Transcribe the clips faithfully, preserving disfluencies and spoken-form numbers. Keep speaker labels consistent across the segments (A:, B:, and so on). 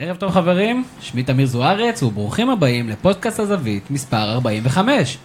A: ערב טוב חברים, שמי תמיר זוארץ וברוכים הבאים לפודקאסט הזווית מספר ארבעים וחמש.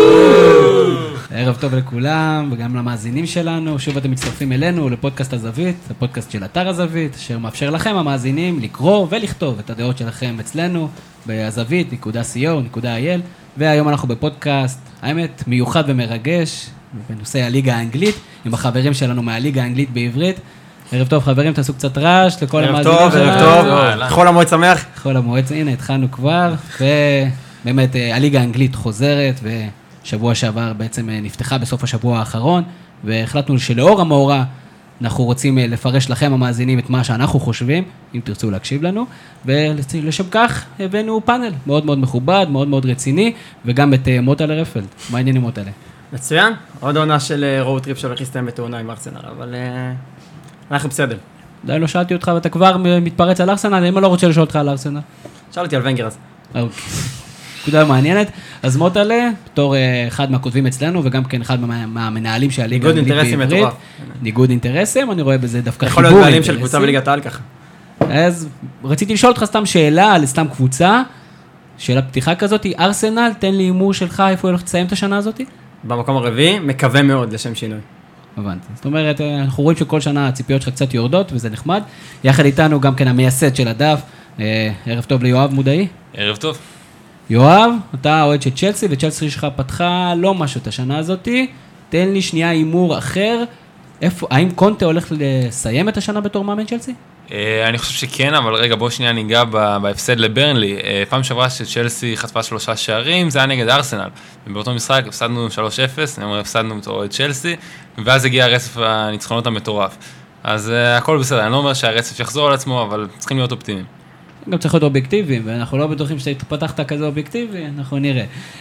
A: ערב טוב לכולם וגם למאזינים שלנו, שוב אתם מצטרפים אלינו לפודקאסט הזווית, הפודקאסט של אתר הזווית, אשר מאפשר לכם המאזינים לקרוא ולכתוב את הדעות שלכם אצלנו בזווית נקודה סי או נקודה איי אל, והיום אנחנו בפודקאסט, האמת, מיוחד ומרגש, בנושא הליגה האנגלית, עם החברים שלנו מהליגה האנגלית בעברית. ערב טוב חברים, תעשו קצת רעש לכל המאזינים שלנו.
B: ערב טוב, ערב טוב, חול המועד שמח.
A: חול המועד, הנה התחלנו כבר, ובאמת הליגה האנגלית חוזרת, ושבוע שעבר בעצם נפתחה בסוף השבוע האחרון, והחלטנו שלאור המאורע אנחנו רוצים לפרש לכם המאזינים את מה שאנחנו חושבים, אם תרצו להקשיב לנו, ולשם כך הבאנו פאנל מאוד מאוד מכובד, מאוד מאוד רציני, וגם את מוטלה רפלד. מה העניינים מוטלה?
B: מצוין, עוד עונה של רוד טריפ שהולך להסתיים בתאונה עם ארסנל, אבל אנחנו בסדר.
A: די, לא שאלתי אותך, ואתה כבר מתפרץ על ארסנל, אני לא רוצה לשאול אותך על ארסנל.
B: שאל אותי על ונגר אז.
A: אוקיי. נקודה מעניינת. אז מוטלה, בתור אחד מהכותבים אצלנו, וגם כן אחד מהמנהלים של הליגה האנגלית בעברית. ניגוד אינטרסים מטורף. ניגוד אינטרסים, אני רואה בזה דווקא חיבור
B: אינטרסים. יכול להיות בעלים של קבוצה בליגת העל ככה.
A: אז רציתי לשאול אותך סתם שאלה על סתם קבוצה, שאלה פתיחה כזאת, ארסנל, תן לי אימור שלך, איפה הולך לסיים את השנה הזאת?
B: במקום הרביעי, מקווה מאוד לשם שינוי.
A: הבנתי. זאת אומרת, אנחנו רואים שכל שנה הציפיות שלך קצת יורדות, וזה נחמד. יחד איתנו גם כן המייסד של הדף. ערב טוב ליואב מודעי.
C: ערב טוב.
A: יואב, אתה אוהד של צ'לסי, וצ'לסי שלך פתחה לא משהו את השנה הזאת. תן לי שנייה אימור אחר. איפה, האם קונטה הולך לסיים את השנה בתור מאמן צ'לסי?
C: אני חושב שכן, אבל רגע, בוא שנייה ניגע בהפסד לברנלי. פעם שעברה שצ'לסי חטפה שלושה שערים, זה היה נגד ארסנל. ובאותו משחק הפסדנו שלוש אפס, אני אומר, הפסדנו בתור אוהד צ'לסי, ואז הגיע הרצף הניצחונות המטורף. אז הכל בסדר, אני לא אומר שהרצף יחזור על עצמו, אבל צריכים להיות אופטימיים.
A: גם צריך להיות אובייקטיביים, ואנחנו לא בטוחים שפתחת כזה אובייקטיבי, אנחנו נראה.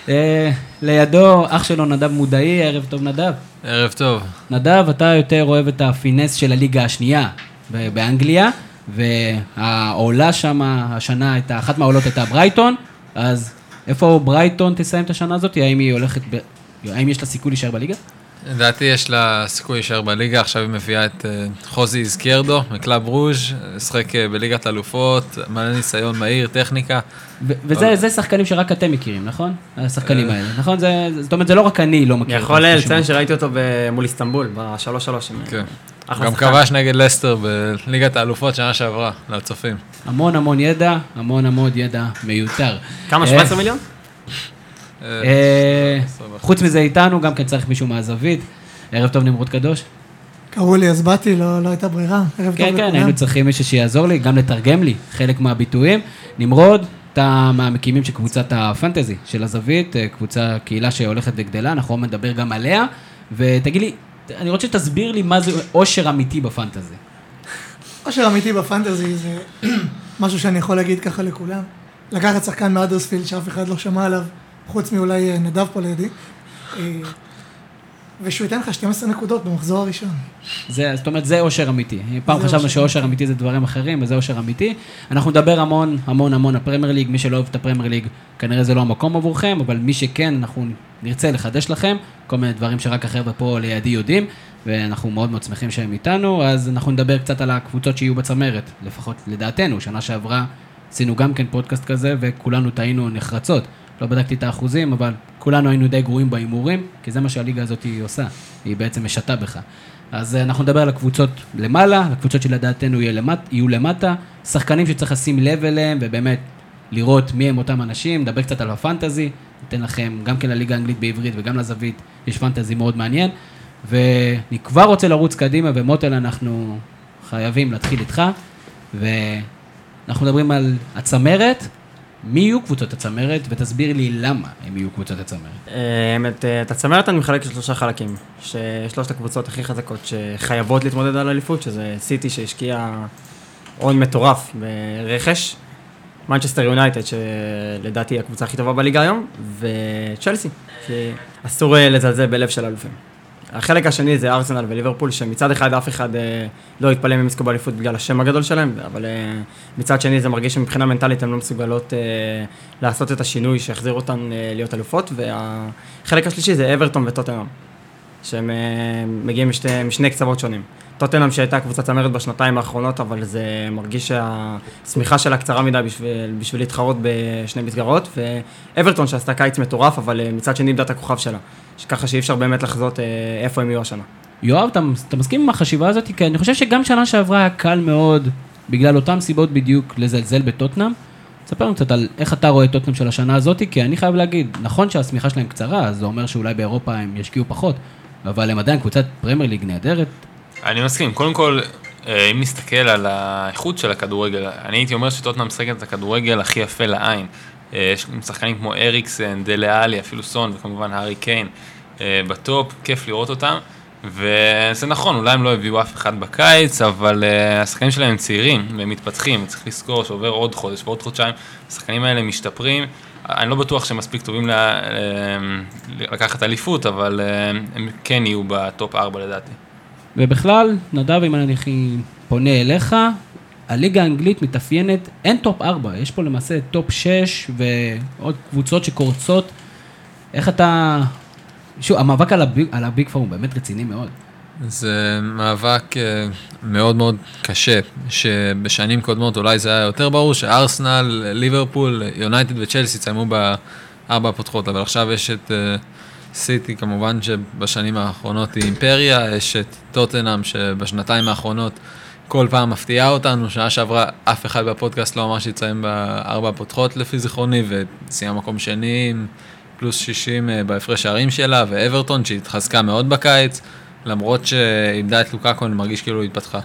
A: לידו, אח שלו נדב מודעי, ערב טוב נדב.
D: ערב טוב.
A: נדב, אתה יותר אוהב את הפינס של הליגה השנייה באנגליה, והעולה שם, השנה, הייתה, אחת מהעולות הייתה ברייטון, אז איפה ברייטון תסיים את השנה הזאת? האם היא הולכת, האם יש לה סיכוי להישאר בליגה?
D: לדעתי יש לה סיכוי להישאר בליגה, עכשיו היא מביאה את חוזי איזקרדו מקלאב רוז', משחק בליגת אלופות, מלא ניסיון מהיר, טכניקה.
A: וזה שחקנים שרק אתם מכירים, נכון? השחקנים האלה, נכון? זאת אומרת, זה לא רק אני לא מכיר.
B: יכול לציין שראיתי אותו מול איסטנבול, ב-שלוש שלוש.
D: כן. גם כבש נגד לסטר בליגת האלופות שנה שעברה, לצופים.
A: המון המון ידע, המון המון ידע מיותר.
B: כמה, שבע עשרה מיליון?
A: חוץ מזה איתנו, גם כן צריך מישהו מהזווית. ערב טוב נמרוד קדוש.
E: קראו לי, אז באתי, לא הייתה ברירה.
A: כן, כן, היינו צריכים מישהו שיעזור לי, גם לתרגם לי חלק מהביטויים. נמרוד, אתה מהמקימים של קבוצת הפנטזי של הזווית, קבוצה, קהילה שהולכת וגדלה, אנחנו מדבר גם עליה, ותגיד לי, אני רוצה שתסביר לי מה זה אושר אמיתי בפנטזי.
E: אושר אמיתי בפנטזי זה משהו שאני יכול להגיד ככה לכולם. לקחת שחקן מאדרספילד שאף אחד לא שמע עליו, חוץ מאולי נדב פה לידי, ושהוא ייתן לך שתים עשרה נקודות במחזור הראשון.
A: זה, זאת אומרת, זה אושר אמיתי. פעם חשבנו שאושר אמיתי זה דברים אחרים, וזה אושר אמיתי. אנחנו נדבר המון, המון, המון הפרמייר ליג. מי שלא אוהב את הפרמייר ליג, כנראה זה לא המקום עבורכם, אבל מי שכן, אנחנו נרצה לחדש לכם, כל מיני דברים שרק החבר'ה פה לידי יודעים, ואנחנו מאוד מאוד שמחים שהם איתנו, אז אנחנו נדבר קצת על הקבוצות שיהיו בצמרת, לפחות לדעתנו. שנה שעברה עשינו גם כן פודקאסט כזה, וכולנו טעינו נחרצות. לא בדקתי את האחוזים, אבל כולנו היינו די גרועים באימורים, כי זה מה שהליגה הזאת היא עושה, היא בעצם משתה בך. אז אנחנו נדבר על הקבוצות למעלה, הקבוצות שלדעתנו יהיו למטה, שחקנים שצריך לשים לב אליהם, ובאמת לראות מי הם אותם אנשים, נדבר קצת על הפנטזי, ניתן לכם גם כן לליגה האנגלית בעברית וגם לזווית, יש פנטזי מאוד מעניין, ואני כבר רוצה לרוץ קדימה, ומוטל אנחנו חייבים להתחיל איתך, ואנחנו מדברים על הצמרת, מי יהיו קבוצות הצמרת, ותסביר לי למה הם יהיו קבוצות הצמרת.
B: את הצמרת אני מחלק לשלושה חלקים, ששלושת הקבוצות הכי חזקות שחייבות להתמודד על אליפות, שזה סיטי שהשקיע הון מטורף ברכש, מנצ'סטר יונייטד שלדעתי היא הקבוצה הכי טובה בליגה היום, וצ'לסי, שאסור לזלזל בלב של אלופים. החלק השני זה ארסנל וליברפול, שמצד אחד אף אחד לא יתפלא ממיסקו באליפות בגלל השם הגדול שלהם, אבל מצד שני זה מרגיש שמבחינה מנטלית הן לא מסוגלות לעשות את השינוי שיחזיר אותן להיות אלופות, והחלק השלישי זה אברטון וטוטנהאם, שהם אה, מגיעים משתי, משני קצוות שונים. טוטנהאם שהייתה קבוצה צמרת בשנתיים האחרונות, אבל זה מרגיש שהצמיחה שלה קצרה מדי בשביל, בשביל להתחרות בשני מסגרות, ואברטון שעשתה קיץ מטורף, אבל מצד שני איבדה את הכוכב שלה, ככה שאי אפשר באמת לחזות איפה הם יהיו השנה.
A: יואב, אתה, אתה מסכים עם החשיבה הזאת? כי אני חושב שגם שנה שעברה היה קל מאוד, בגלל אותם סיבות בדיוק לזלזל בטוטנהאם. תספר לנו קצת על איך אתה רואה את טוטנהאם של השנה הזאת, כי אני חייב להגיד, נכון שהצמיחה שלהם קצרה, אז זה אומר שאולי באירופה הם ישקיעו פחות, אבל הם עדיין קבוצת פרמייר ליג נהדרת.
C: אני מסכים, קודם כל, אם נסתכל על האיכות של הכדורגל, אני הייתי אומר שטוטנהאם משחקת את הכדורגל הכי יפה לעין. יש שחקנים כמו אריקסן, דלה אלי, אפילו סון, וכמובן הארי קיין בטופ, כיף לראות אותם, וזה נכון, אולי הם לא הביאו אף אחד בקיץ, אבל השחקנים שלהם הם צעירים, והם מתפתחים, צריך לזכור שעובר עוד חודש ועוד חודשיים, השחקנים האלה משתפרים, אני לא בטוח שהם מספיק טובים לקחת אליפות, אבל הם כן יהיו בטופ ארבע לדעתי.
A: ובכלל, נדב, אם אני פונה אליך, הליגה האנגלית מתאפיינת, אין טופ ארבע, יש פה למעשה טופ שש ועוד קבוצות שקורצות. איך אתה... שוב, המאבק על הביג, על הביג פור הוא באמת רציני מאוד.
D: זה מאבק מאוד מאוד קשה, שבשנים קודמות אולי זה היה יותר ברור, שארסנל, ליברפול, יונייטד וצ'לסי ציימו בארבע הפותחות, אבל עכשיו יש את סיטי, כמובן שבשנים האחרונות היא אימפריה, יש את טוטנהאם שבשנתיים האחרונות כל פעם מפתיעה אותנו, שנה שעברה אף אחד בפודקאסט לא אמר שיצאים בארבע הפותחות לפי זיכרוני, וסיימה מקום שני פלוס שישים בהפרש שערים שלה, ואברטון שהתחזקה מאוד בקיץ, למרות שאיבדה את לוקאקו, אני מרגיש כאילו היא התפתחה.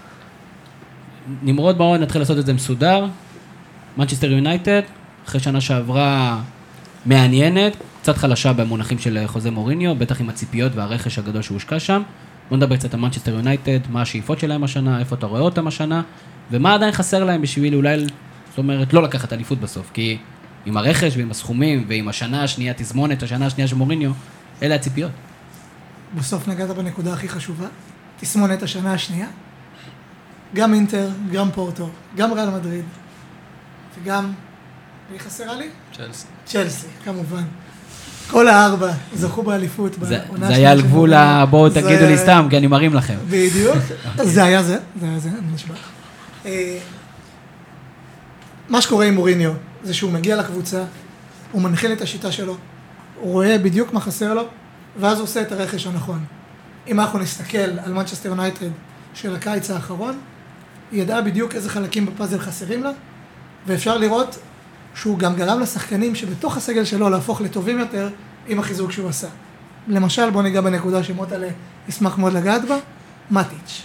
A: נמרוד, בואו נתחיל לעשות את זה מסודר. מנצ'סטר יונייטד, אחרי שנה שעברה מעניינת, קצת חלשה במונחים של חוזה מוריניו, בטח עם הציפיות והרכש הגדול שהושקע שם. בואו נדבר קצת על מנצ'סטר יונייטד, מה השאיפות שלהם השנה, איפה אתה רואה אותם השנה, ומה עדיין חסר להם בשביל אולי, זאת אומרת, לא לקחת אליפות בסוף, כי עם הרכש ועם הסכומים ועם השנה השנייה תזמונת, השנה השנייה של מוריניו, אלה הציפיות.
E: בסוף נגעת בנקודה הכי חשובה, תזמונת השנה השנייה, גם אינטר, גם פורטו, גם ריאל מדריד, וגם, מי חסרה לי?
D: צ'לסי.
E: צ'לסי, כמובן. כל הארבע זכו באליפות.
A: זה, זה היה על גבול, בואו תגידו לי סתם, כי אני מרים לכם.
E: בדיוק, זה היה זה, זה היה זה, אני נשבע. מה שקורה עם מוריניו, זה שהוא מגיע לקבוצה, הוא מנחיל את השיטה שלו, הוא רואה בדיוק מה חסר לו, ואז הוא עושה את הרכש הנכון. אם אנחנו נסתכל על מנצ'סטר יונייטד של הקיץ האחרון, היא ידעה בדיוק איזה חלקים בפאזל חסרים לה, ואפשר לראות שהוא גם גרם לשחקנים שבתוך הסגל שלו להפוך לטובים יותר עם החיזוק שהוא עשה. למשל, בוא ניגע בנקודה שמוטלה ישמח מאוד לגעת בה, מטיץ'.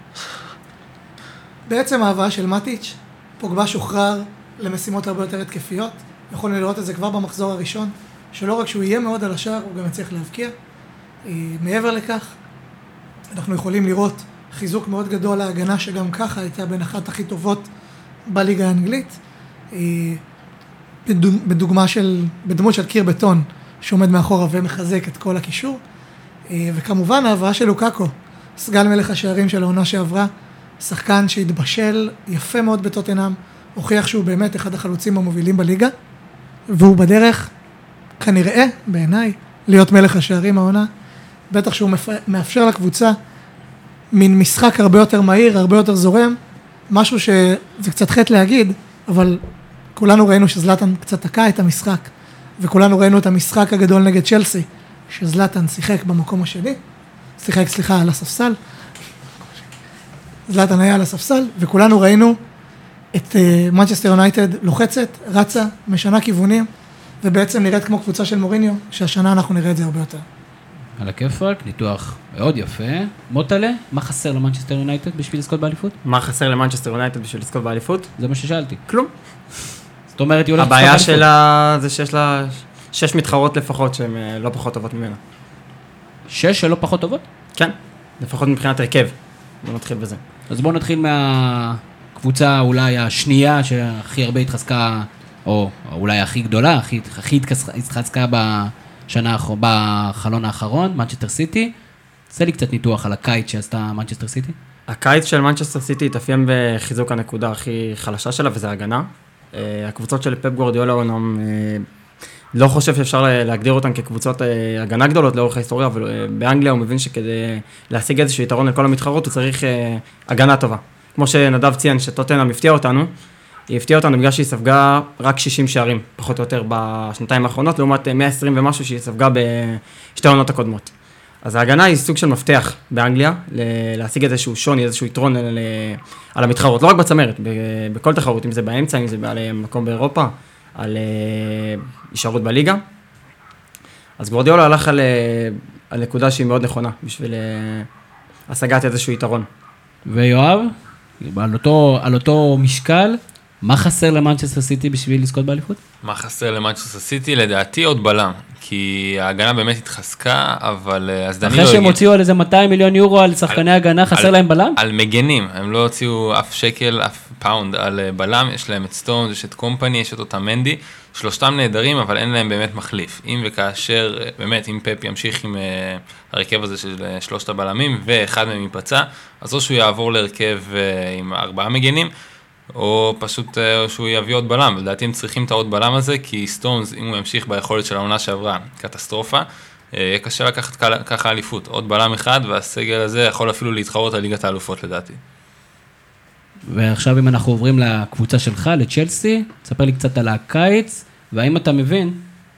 E: בעצם ההבאה של מטיץ', פוגבה שוחרר למשימות הרבה יותר התקפיות, יכולנו לראות את זה כבר במחזור הראשון, שלא רק שהוא יהיה מאוד על השער, הוא גם יצליח להבקיע. מעבר לכך, אנחנו יכולים לראות חיזוק מאוד גדול להגנה, שגם ככה הייתה בין אחת הכי טובות בליגה האנגלית, בדוגמה של, בדמות של קיר בטון, שעומד מאחורה ומחזק את כל הקישור, וכמובן ההבאה של לוקאקו, סגל מלך השערים של העונה שעברה, שחקן שהתבשל יפה מאוד בטוטנהאם, הוכיח שהוא באמת אחד החלוצים המובילים בליגה, והוא בדרך, כנראה, בעיניי, להיות מלך השערים העונה, בטח שהוא מאפשר לקבוצה מין משחק הרבה יותר מהיר, הרבה יותר זורם, משהו שזה קצת חטא להגיד, אבל כולנו ראינו שזלאטן קצת תקע את המשחק, וכולנו ראינו את המשחק הגדול נגד צ'לסי, שזלאטן שיחק במקום השני, שיחק, סליחה, על הספסל, זלאטן היה על הספסל, וכולנו ראינו את מנצ'סטר יונייטד לוחצת, רצה, משנה כיוונים, ובעצם נראית כמו קבוצה של מוריניו, שהשנה אנחנו נראה את זה הרבה יותר.
A: על הכיפאק, ניתוח מאוד יפה. מוטלה, מה חסר למנצ'סטר יונייטד בשביל לזכות באליפות?
B: מה חסר למנצ'סטר יונייטד בשביל לזכות באליפות?
A: זה מה ששאלתי.
B: כלום.
A: זאת אומרת, היא הולכת לזכות
B: הבעיה
A: באליפות.
B: שלה זה שיש לה שש מתחרות לפחות שהן לא פחות טובות ממנה.
A: שש שלא פחות טובות?
B: כן, לפחות מבחינת הרכב. בוא נתחיל בזה.
A: אז בואו נתחיל מהקבוצה אולי השנייה שהכי הרבה התחזקה, או אולי הכי גדולה, הכי, הכי התחזקה בשנה, בחלון האחרון, מנצ'סטר סיטי. עשה לי קצת ניתוח על הקיץ שעשתה מנצ'סטר סיטי.
B: הקיץ של מנצ'סטר סיטי התאפיין בחיזוק הנקודה הכי חלשה שלה, וזה הגנה. הקבוצות של פפ גוארדיולה אומנם לא חושב שאפשר להגדיר אותן כקבוצות הגנה גדולות לאורך ההיסטוריה, אבל באנגליה הוא מבין שכדי להשיג איזשהו יתרון לכל המתחרות, הוא צריך הגנה טובה. כמו שנדב ציין שטוטנהאם הפתיע אותנו, היא הפתיעה אותנו בגלל שהיא ספגה רק שישים שערים, פחות או יותר בשנתיים האחרונות, לעומת מאה ועשרים ומשהו שהיא ספגה בשתי העונות הקודמות. אז ההגנה היא סוג של מפתח באנגליה, להשיג איזשהו שוני, איזשהו יתרון על המתחרות, לא רק בצמרת, בכל תחרות, אם זה באמצע, אם זה בעלי מקום באירופה, על הישארות בליגה. אז גוורדיולה הלך על, על נקודה שהיא מאוד נכונה, בשביל השגת איזשהו יתרון.
A: ויואב, על אותו, על אותו משקל, מה חסר למנצ'סטר סיטי בשביל לזכות באליפות?
C: מה חסר למנצ'סטר סיטי? לדעתי עוד בלם, כי ההגנה באמת התחזקה, אבל אז דני לא...
A: אחרי שהם הוציאו על איזה מאתיים מיליון יורו על שחקני הגנה, חסר להם בלם?
C: על מגנים, הם לא הוציאו אף שקל, אף פאונד על בלם, יש להם את סטונס, יש את קומפני, יש את אותה מנדי, שלושתם נהדרים, אבל אין להם באמת מחליף. אם וכאשר, באמת, אם פפ ימשיך עם הרכב הזה של שלושת הבלמים, ואחד מהם ייפצע, אז או שהוא יעבור להרכב עם ארבעה מגנים, או פשוט שהוא יביא עוד בלם. לדעתי הם צריכים את העוד בלם הזה, כי סטונס, אם הוא ימשיך ביכולת של העונה שעברה, קטסטרופה, יהיה קשה לקחת ככה אליפות. עוד בלם אחד, והסגל הזה יכול אפילו להתחרות על ליגת האלופות לדעתי.
A: ועכשיו אם אנחנו עוברים לקבוצה שלך, לצ'לסי, תספר לי קצת על הקיץ, והאם אתה מבין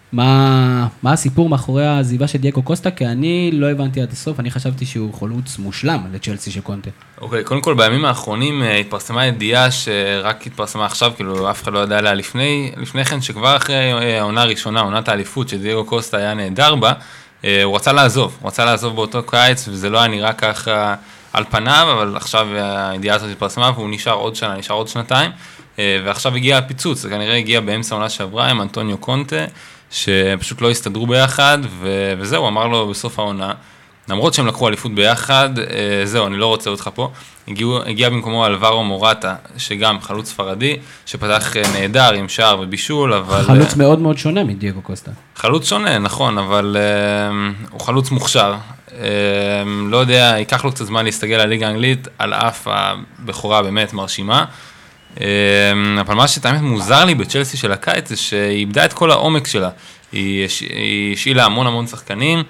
A: מה, מה הסיפור מאחורי העזיבה של דייגו קוסטה, כי אני לא הבנתי עד הסוף, אני חשבתי שהוא חלוץ מושלם לצ'לסי של קונטה.
C: אוקיי, קודם כל בימים האחרונים התפרסמה ידיעה שרק התפרסמה עכשיו, כאילו אף אחד לא ידע עליה לפני, לפני כן, שכבר אחרי העונה הראשונה, עונת האליפות שדייגו קוסטה היה נהדר בה, הוא רצה לעזוב, הוא רצה לעזוב באותו קיץ, וזה לא היה נראה ככה על פניו, אבל עכשיו הידיעה הזאת התפרסמה, והוא נשאר עוד שנה, נשאר עוד שנתיים, ועכשיו הגיע הפיצוץ, זה כנראה הגיע באמצע העונה שעברה עם אנטוניו קונטה, שפשוט לא הסתדרו ביחד, ו- וזהו, אמר לו בסוף העונה, למרות שהם לקחו אליפות ביחד, זהו, אני לא רוצה אותך פה, הגיעו, הגיע במקומו אלברו מורטה, שגם חלוץ ספרדי, שפתח נהדר עם שער ובישול, אבל...
A: חלוץ מאוד מאוד שונה מדייגו קוסטה.
C: חלוץ שונה, נכון, אבל uh, הוא חלוץ מוכשר. Uh, לא יודע, ייקח לו קצת זמן להסתגל לליגה האנגלית, על אף הבכורה באמת מרשימה. Uh, אבל מה שתאמת מוזר לי בצ'לסי של הקיץ, זה שהיא איבדה את כל העומק שלה. היא, היא השאילה המון המון שחקנים,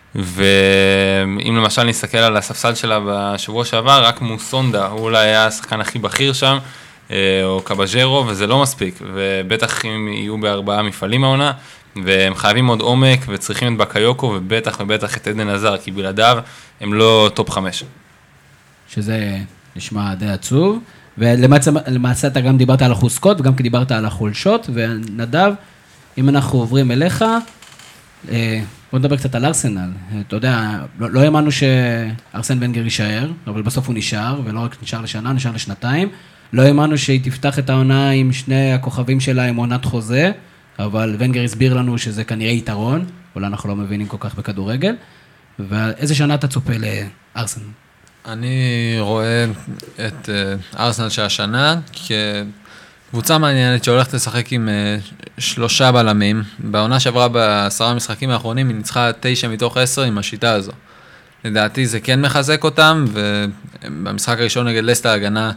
C: ואם למשל נסתכל על הספסל שלה בשבוע שעבר, רק מוסונדה, הוא אולי היה השחקן הכי בכיר שם, או קבאז'רו, וזה לא מספיק, ובטח אם יהיו בארבעה מפעלים העונה, והם חייבים עוד עומק, וצריכים את בקיוקו, ובטח ובטח את עדן עזר, כי בלעדיו הם לא טופ חמש.
A: שזה נשמע די עצוב, ולמעשה אתה גם דיברת על החוזקות, וגם כי דיברת על החולשות, ונדב, אם אנחנו עוברים אליך, בוא נדבר קצת על ארסנל. אתה יודע, לא, לא האמנו שארסן ונגר יישאר, אבל בסוף הוא נשאר, ולא רק נשאר לשנה, נשאר לשנתיים. לא האמנו שהיא תפתח את העונה עם שני הכוכבים שלה עם עונת חוזה, אבל ונגר הסביר לנו שזה כנראה יתרון, אולי אנחנו לא מבינים כל כך בכדורגל. ואיזה שנה אתה צופה לארסנל?
D: אני רואה את ארסנל של השנה כקבוצה מעניינת שהולכת לשחק עם שלושה בלמים. בעונה שעברה בעשרה המשחקים האחרונים היא ניצחה תשע מתוך עשר עם השיטה הזו. לדעתי זה כן מחזק אותם, ובמשחק הראשון נגד לסטר ההגנה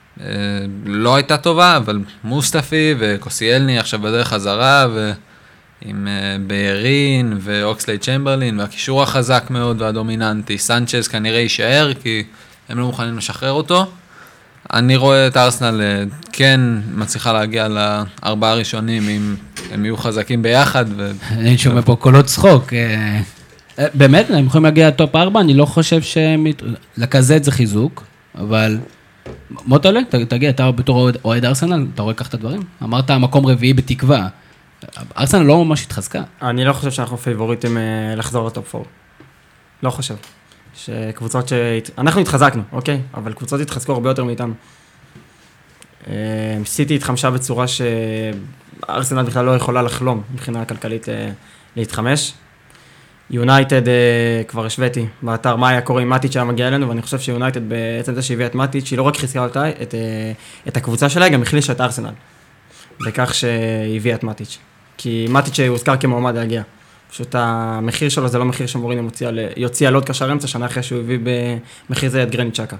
D: לא הייתה טובה, אבל מוסטפי וקוסיאלני עכשיו בדרך חזרה, ועם ביירין ואוקסלי צ'מברלין, והקישור החזק מאוד והדומיננטי. סנצ'ז כנראה יישאר, כי הם לא מוכנים לשחרר אותו. אני רואה את ארסנל כן מצליחה להגיע לארבעה הראשונים, אם הם יהיו חזקים ביחד. ו...
A: אני שומע פה קולות צחוק. באמת, הם יכולים להגיע לטופ ארבע, אני לא חושב שהם... לקזט זה חיזוק, אבל... מוטלה, תגיד, אתה בתור אוהד ארסנל, אתה רואה כך את הדברים? אמרת מקום רביעי בתקווה. ארסנל לא ממש התחזקה.
B: אני לא חושב שאנחנו פייבוריטים לחזור לטופ ארבע. לא חושב. שקבוצות ש... אנחנו התחזקנו, אוקיי? אבל קבוצות התחזקו הרבה יותר מאיתנו. סיטי התחמשה בצורה שארסנל בכלל לא יכולה לחלום מבחינה כלכלית להתחמש. יונייטד כבר השוויתי באתר מה היה קורה עם מטיץ' שהיה מגיע אלינו, ואני חושב שיונייטד בעצם זה שהביאה את מטיץ', היא לא רק חיזקה אותה, את, את הקבוצה שלה, היא גם החלישה את ארסנל, בכך שהיא הביאה את מטיץ'. כי מטיץ' הוזכר כמועמד להגיע. פשוט המחיר שלו זה לא מחיר שמוריניו יוציא על עוד קשר אמצע, שנה אחרי שהוא הביא במחיר זה את גרניט צ'קה.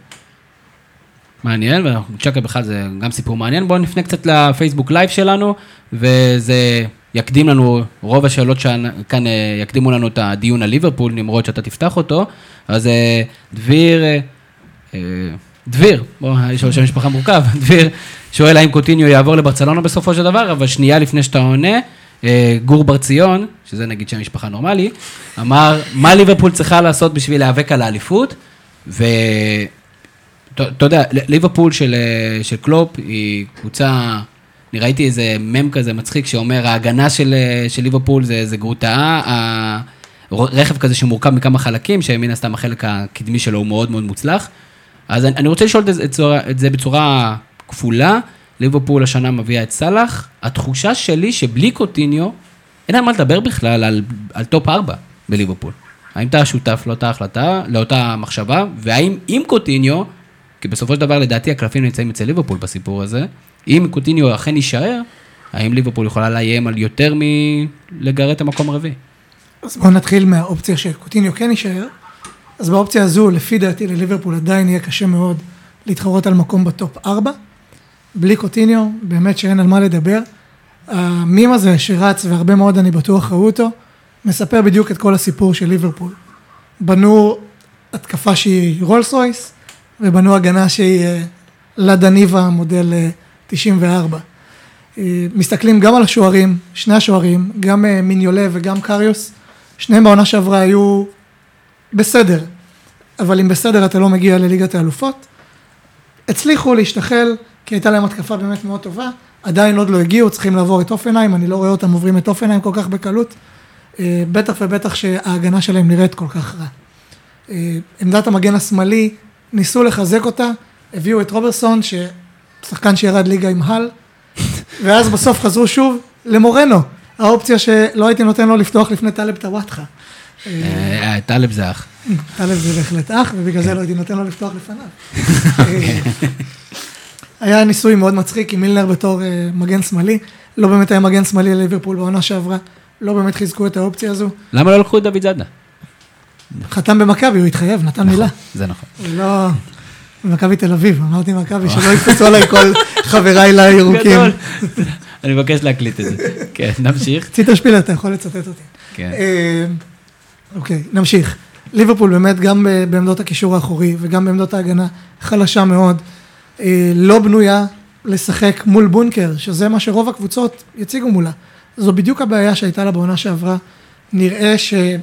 A: מעניין, וצ'קה בכלל זה גם סיפור מעניין. בואו נפנה קצת לפייסבוק לייב שלנו, וזה יקדים לנו, רוב השאלות כאן יקדימו לנו את הדיון על ליברפול, נמרוד שאתה תפתח אותו, אז דביר, דביר, בוא, יש לו שם משפחה מורכב, דביר שואל האם קוטיניו יעבור לברצלונה בסופו של דבר, אבל שנייה לפני שאתה עונה, גור בר ציון, שזה נגיד שם משפחה נורמלי, אמר, מה ליברפול צריכה לעשות בשביל להיאבק על האליפות, ואתה יודע, ליברפול של, של קלופ היא קבוצה, אני ראיתי איזה מם כזה מצחיק שאומר, ההגנה של, של ליברפול זה, זה גרוטאה, רכב כזה שמורכב מכמה חלקים, שמן הסתם החלק הקדמי שלו הוא מאוד מאוד מוצלח, אז אני, אני רוצה לשאול את, את, את זה בצורה כפולה, ליברפול השנה מביאה את סלאח, התחושה שלי שבלי קוטיניו, אין על מה לדבר בכלל על, על טופ ארבע בליברפול. האם אתה שותף לאותה החלטה, לאותה מחשבה, והאם עם קוטיניו, כי בסופו של דבר לדעתי הקלפים נמצאים אצל ליברפול בסיפור הזה, אם קוטיניו אכן יישאר, האם ליברפול יכולה לאיים על יותר מלגרד את המקום הרביעי?
E: אז בואו נתחיל מהאופציה שקוטיניו כן יישאר, אז באופציה הזו, לפי דעתי לליברפול עדיין יהיה קשה מאוד להתחרות על מקום בטופ ארבע, בלי קוטיניו, באמת שאין על מה לדבר. המים הזה שרץ, והרבה מאוד אני בטוח ראו אותו, מספר בדיוק את כל הסיפור של ליברפול. בנו התקפה שהיא רולס רויס, ובנו הגנה שהיא לדניבה מודל תשעים וארבע. מסתכלים גם על השוערים, שני השוערים, גם מיניולה וגם קריוס, שניהם בעונה שעברה היו בסדר, אבל אם בסדר אתה לא מגיע לליגת האלופות, הצליחו להשתחל, כי הייתה להם התקפה באמת מאוד טובה, עדיין עוד לא הגיעו, צריכים לעבור את אופנהיים, אני לא רואה אותם עוברים את אופנהיים כל כך בקלות, בטח ובטח שההגנה שלהם נראית כל כך רע. עמדת המגן השמאלי, ניסו לחזק אותה, הביאו את רוברסון, ששחקן שירד ליגה עם הל, ואז בסוף חזרו שוב למורנו, האופציה שלא הייתי נותן לו לפתוח לפני טלב טוואטחה.
A: טלב זה אח.
E: טלב זה בהחלט אח, ובגלל זה לא הייתי נותן לו לפתוח לפניו. היה ניסוי מאוד מצחיק עם מילנר בתור מגן שמאלי, לא באמת היה מגן שמאלי לליברפול בעונה שעברה, לא באמת חיזקו את האופציה הזו.
A: למה לא לקחו את דוד זאדה?
E: חתם במכבי, הוא התחייב, נתן מילה.
A: זה נכון.
E: הוא לא... במכבי תל אביב, אמרתי מכבי, שלא יקפצו עליי כל חבריי לירוקים.
A: אני מבקש להקליט את זה. כן, נמשיך.
E: ציטה שפילה, אתה יכול לצטט אותי.
A: כן.
E: אוקיי, נמשיך. ליברפול באמת גם בעמדות הקישור האחורי וגם בעמדות ההגנה חלשה מאוד, לא בנויה לשחק מול בונקר, שזה מה שרוב הקבוצות יציגו מולה. זו בדיוק הבעיה שהייתה לה בעונה שעברה. נראה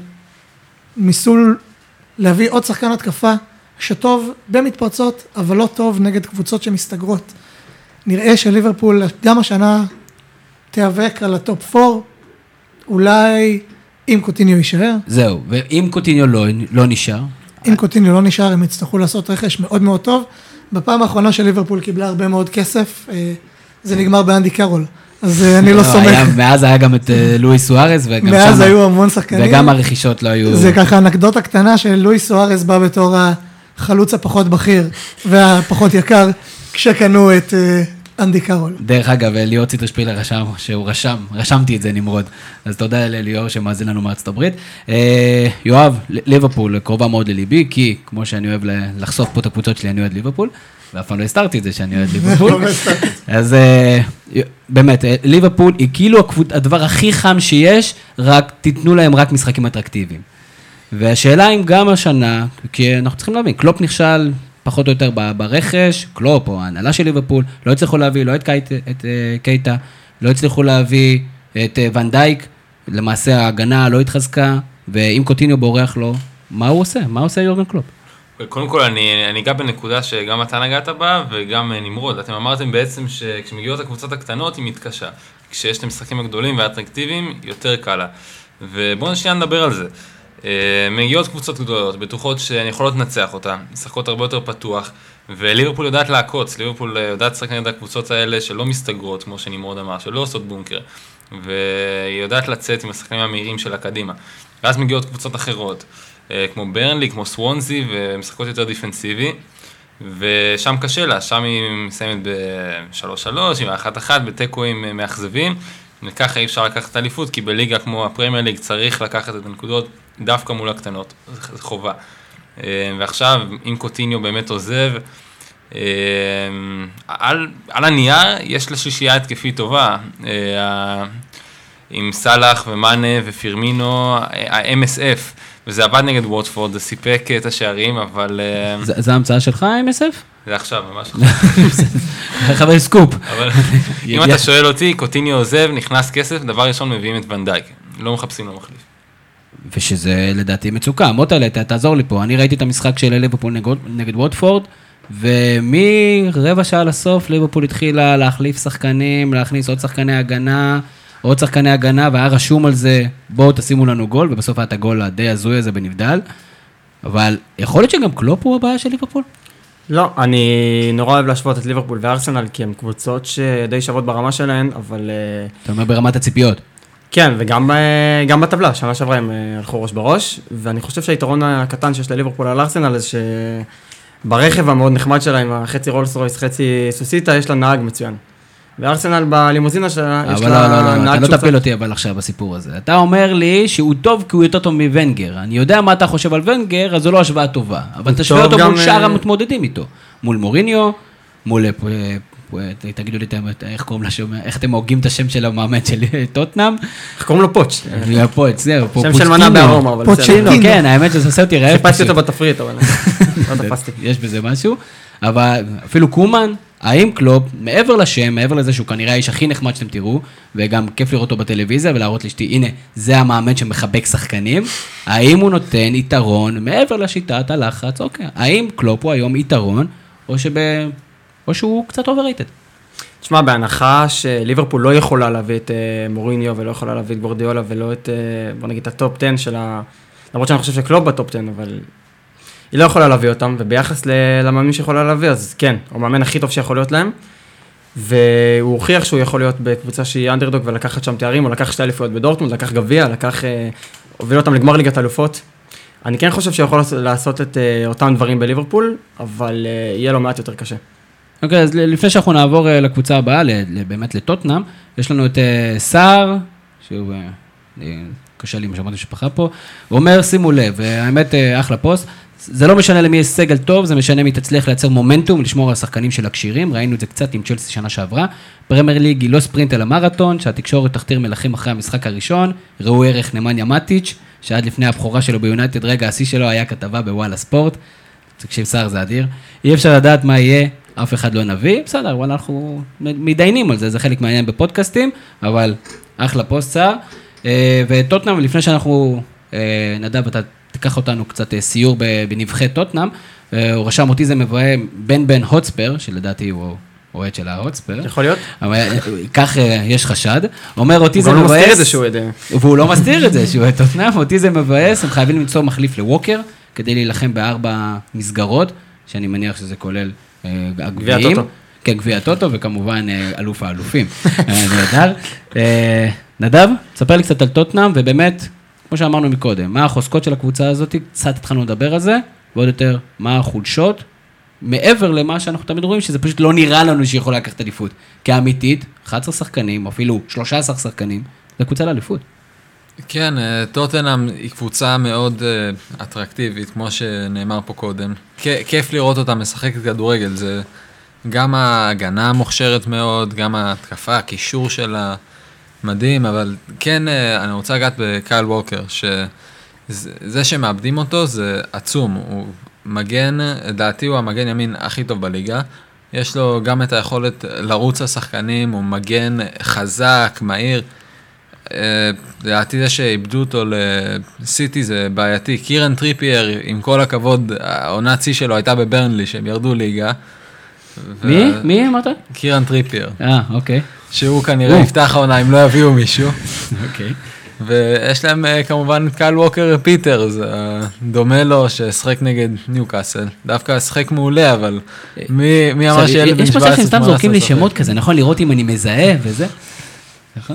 E: שניסו להביא עוד שחקן התקפה שטוב במתפרצות, אבל לא טוב נגד קבוצות שמסתגרות. נראה שליברפול גם השנה תיאבק על הטופ ארבע, אולי אם קוטיניו יישאר.
A: זהו, ואם קוטיניו לא, לא נשאר?
E: אם קוטיניו לא נשאר, הם יצטרכו לעשות רכש מאוד מאוד טוב. בפעם האחרונה של ליברפול קיבלה הרבה מאוד כסף, זה נגמר באנדי קרול, אז אני לא סומך.
A: מאז היה גם את לואי סוארז,
E: מאז היו המון שחקנים.
A: וגם הרכישות לא היו...
E: זה ככה אנקדוטה קטנה של לואי סוארז בא בתור החלוץ הפחות בכיר, והפחות יקר, כשקנו את אנדי קרול.
A: דרך אגב, ליאור ציטרשפילר רשם, שהוא רשם, רשמתי את זה נמרוד, אז תודה לליאור שמאזין לנו מארצות הברית. יואב, ליברפול קרובה מאוד לליבי, כי כמו שאני אוהב לחשוף פה את הקבוצות שלי, אני אוהד ליברפול, ואף פעם לא הסתרתי את זה שאני אוהד ליברפול. אז באמת, ליברפול היא כאילו הדבר הכי חם שיש, רק תיתנו להם רק משחקים אטרקטיביים. והשאלה אם גם השנה, כי אנחנו צריכים להבין, קלופ נכשל פחות או יותר ברכש, קלופ או ההנהלה של ליברפול, לא הצליחו להביא לא את קייטה, לא הצליחו להביא את ון דייק, למעשה ההגנה לא התחזקה, ואם קוטיניו בורח לו, מה הוא עושה? מה עושה יורגן קלופ?
C: קודם כל, אני, אני אגע בנקודה שגם אתה נגעת בה, וגם נמרוד. אתם אמרתם בעצם שכשמגיעות הקבוצות הקטנות, היא מתקשה. כשיש את המשחקים הגדולים והאטרקטיביים, יותר קלה. ובואו נשנייה נדבר על זה. מגיעות קבוצות גדולות, בטוחות שהן יכולות לנצח אותה, משחקות הרבה יותר פתוח, וליברפול יודעת לעקוץ, ליברפול יודעת לשחק נגד הקבוצות האלה שלא מסתגרות, כמו שנמרוד אמר, שלא עושות בונקר, והיא יודעת לצאת עם השחקנים המהירים של הקדימה. ואז מגיעות קבוצות אחרות, כמו ברנלי, כמו סוונזי, ומשחקות יותר דיפנסיבי, ושם קשה לה, שם היא מסיימת ב-שלוש שלוש, עם אחת אחת, בטקואים מאכזבים, וככה אי אפשר לקחת את האליפות, כי בליגה כמו הפרמייר ליג צריך לקחת את הנקודות דווקא מול הקטנות, זה חובה. ועכשיו, אם קוטיניו באמת עוזב, על, על הנייר יש לה שישייה התקפית טובה. עם סלאח ומאנה ופירמינו, ה-אם אס אף, וזה עבד נגד ווטפורד, זה סיפק את השערים, אבל...
A: זה ההמצאה שלך, ה-אם אס אף?
C: זה עכשיו, ממש עכשיו.
A: חבר סקופ.
C: אבל אם אתה שואל אותי, קוטיניו עוזב, נכנס כסף, דבר ראשון מביאים את ונדייק. לא מחפשים לו מחליף.
A: ושזה לדעתי מצוקה. מוטלה, תעזור לי פה. אני ראיתי את המשחק של ליברפול נגד ווטפורד, ומרבע שעה לסוף ליברפול התחילה להחליף שחקנים, להכניס עוד שחקני הגנה, עוד שחקני הגנה, והיה רשום על זה, בואו תשימו לנו גול, ובסוף היה את הגול הדי הזוי הזה בנבדל. אבל יכול להיות שגם קלופ הוא הבעיה של ליברפול?
B: לא, אני נורא אוהב להשוות את ליברפול וארסנל, כי הן קבוצות שדי שוות ברמה שלהן, אבל...
A: אתה אומר ברמת הציפיות.
B: כן, וגם גם בטבלה, שנה שעברה הם הלכו ראש בראש, ואני חושב שהיתרון הקטן שיש לליברפול על ארסנל, זה שברכב המאוד נחמד שלה, עם החצי רולס רויס, חצי סוסיטה, יש לה נהג מצוין. וארסנל בלימוזינה שלה, יש לה
A: נהג
B: שוצה.
A: אתה לא תפיל אותי אבל עכשיו בסיפור הזה. אתה אומר לי שהוא טוב כי הוא יותר טוב מוונגר. אני יודע מה אתה חושב על וונגר, אז זו לא השוואה טובה. אבל תשווה אותו מול שאר המתמודדים איתו. מול מוריניו, מול... תגידו לי איך קוראים לשם, איך אתם הוגים את השם של המאמן של טוטנאם.
B: איך קוראים לו פוץ'.
A: פוץ', זהו.
B: שם של מנה בארומה, אבל
A: פוצ'ינו, כן, האמת שזה עושה אותי רעב.
B: חיפשתי אותו בתפריט, אבל לא תפסתי.
A: יש בזה משהו. אבל אפילו קומן, האם קלופ, מעבר לשם, מעבר לזה שהוא כנראה האיש הכי נחמד שאתם תראו, וגם כיף לראות אותו בטלוויזיה ולהראות לאשתי, הנה, זה המאמן שמחבק שחקנים, האם הוא נותן יתרון מעבר לשיטת הלחץ, אוקיי, האם קלופ הוא היום יתרון, או, שב... או שהוא קצת overrated?
B: תשמע, בהנחה שליברפול לא יכולה להביא את מוריניו, ולא יכולה להביא את גורדיולה, ולא את, בוא נגיד, הטופ עשר של ה... למרות שאני חושב שקלופ בטופ עשר, אבל... היא לא יכולה להביא אותם, וביחס למאמין שיכולה להביא, אז כן, הוא המאמן הכי טוב שיכול להיות להם, והוא הוכיח שהוא יכול להיות בקבוצה שהיא אנדרדוג, ולקחת שם תארים, או לקח שתי אליפויות בדורטמונד, לקח גביע, לקח, הוביל אותם לגמר ליגת האלופות. אני כן חושב שיכול לעשות את אותם דברים בליברפול, אבל יהיה לו מעט יותר קשה.
A: אוקיי, אז לפני שאנחנו נעבור לקבוצה הבאה, באמת לטוטנאם, יש לנו את סער, שהוא קשה לי אם שמעתי שפחה פה, הוא אומר, שימו לב, האמת אחלה פוסט, זה לא משנה למי יש סגל טוב, זה משנה מי תצליח לייצר מומנטום, לשמור על השחקנים של הקשירים, ראינו את זה קצת עם צ'לסי שנה שעברה, פרמייר ליג היא לא ספרינט אלא מרתון, שהתקשורת תכתיר מלכים אחרי המשחק הראשון, ראו ערך נמניה מטיץ', שעד לפני הבחורה שלו ביונייטד, רגע השיא שלו היה כתבה בוואלה ספורט, תקשיב סער זה אדיר, אי אפשר לדעת מה יהיה, אף אחד לא נביא, בסדר, וואלה אנחנו מתדיינים על זה, זה חלק מעניין בפודקאסטים, אבל אחלה פוסט סער, וטוטנאם, לפני שאנחנו נדב, אתה תיקח אותנו קצת סיור בנבחי טוטנאם, הוא רשם אותי זה מבואה בן בן הוטספר, שלדעתי הוא אוהד של ההוטספר.
B: יכול להיות?
A: כך יש חשד. אומר אותי זה
B: מבואס. הוא לא מסתיר
A: מבואס.
B: את זה שהוא יודע.
A: והוא לא מסתיר את זה שהוא אוהד טוטנאם, אותי זה מבואס, הם חייבים למצוא מחליף לווקר, כדי להילחם בארבע מסגרות, שאני מניח שזה כולל הגביעים. כן, גביע הטוטו, וכמובן אלוף האלופים. נהדר. נדב, תספר לי קצת על טוטנאם, ובאמת, כמו שאמרנו מקודם, מה החוזקות של הקבוצה הזאת, קצת התחלנו לדבר על זה, ועוד יותר, מה החולשות, מעבר למה שאנחנו תמיד רואים, שזה פשוט לא נראה לנו שיכול לקחת אליפות. כי האמיתית, אחת עשרה שחקנים, או אפילו שלושה עשר שחקנים, זה קבוצה לאליפות.
D: כן, טוטנהאם היא קבוצה מאוד אטרקטיבית, כמו שנאמר פה קודם. כיף לראות אותה משחקת כדורגל, זה גם ההגנה מוכשרת מאוד, גם ההתקפה, הקישור שלה מדהים, אבל כן, אני רוצה לגעת בקייל ווקר, שזה שמאבדים אותו זה עצום, הוא מגן, לדעתי הוא המגן ימין הכי טוב בליגה, יש לו גם את היכולת לרוץ לשחקנים, הוא מגן חזק, מהיר, לדעתי זה שאיבדו אותו לסיטי זה בעייתי, קירן טריפייר, עם כל הכבוד, העונת צי שלו הייתה בברנלי, שהם ירדו ליגה.
A: מי? מי אמרת?
D: קירן טריפייר.
A: אה, אוקיי.
D: שהוא כנראה יפתח העונה אם לא יביאו מישהו.
A: אוקיי.
D: ויש להם כמובן את קייל ווקר פיטר, זה דומה לו ששחק נגד ניוקאסל. דווקא שחק מעולה, אבל מי אמר שילד בן שבע עשרה?
A: יש מצב שסתם זורקים לי שמות כזה, נכון? לראות אם אני מזהה וזה. נכון?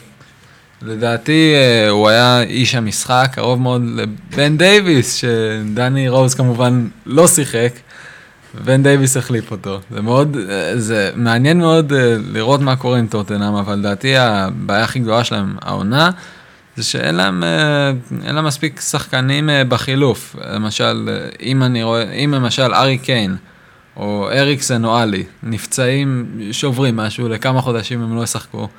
D: לדעתי הוא היה איש המשחק, קרוב מאוד לבן דייביס, שדני רוז כמובן לא שיחק, בן דייביס החליף אותו. זה מאוד, זה מעניין מאוד לראות מה קורה עם טוטנהאם, אבל לדעתי הבעיה הכי גדולה שלהם, העונה, זה שאין להם, אין להם מספיק שחקנים בחילוף. למשל, אם אני רואה, אם למשל ארי קיין, או אריקסן או אלי, נפצעים, שוברים משהו, לכמה חודשים הם לא ישחקו.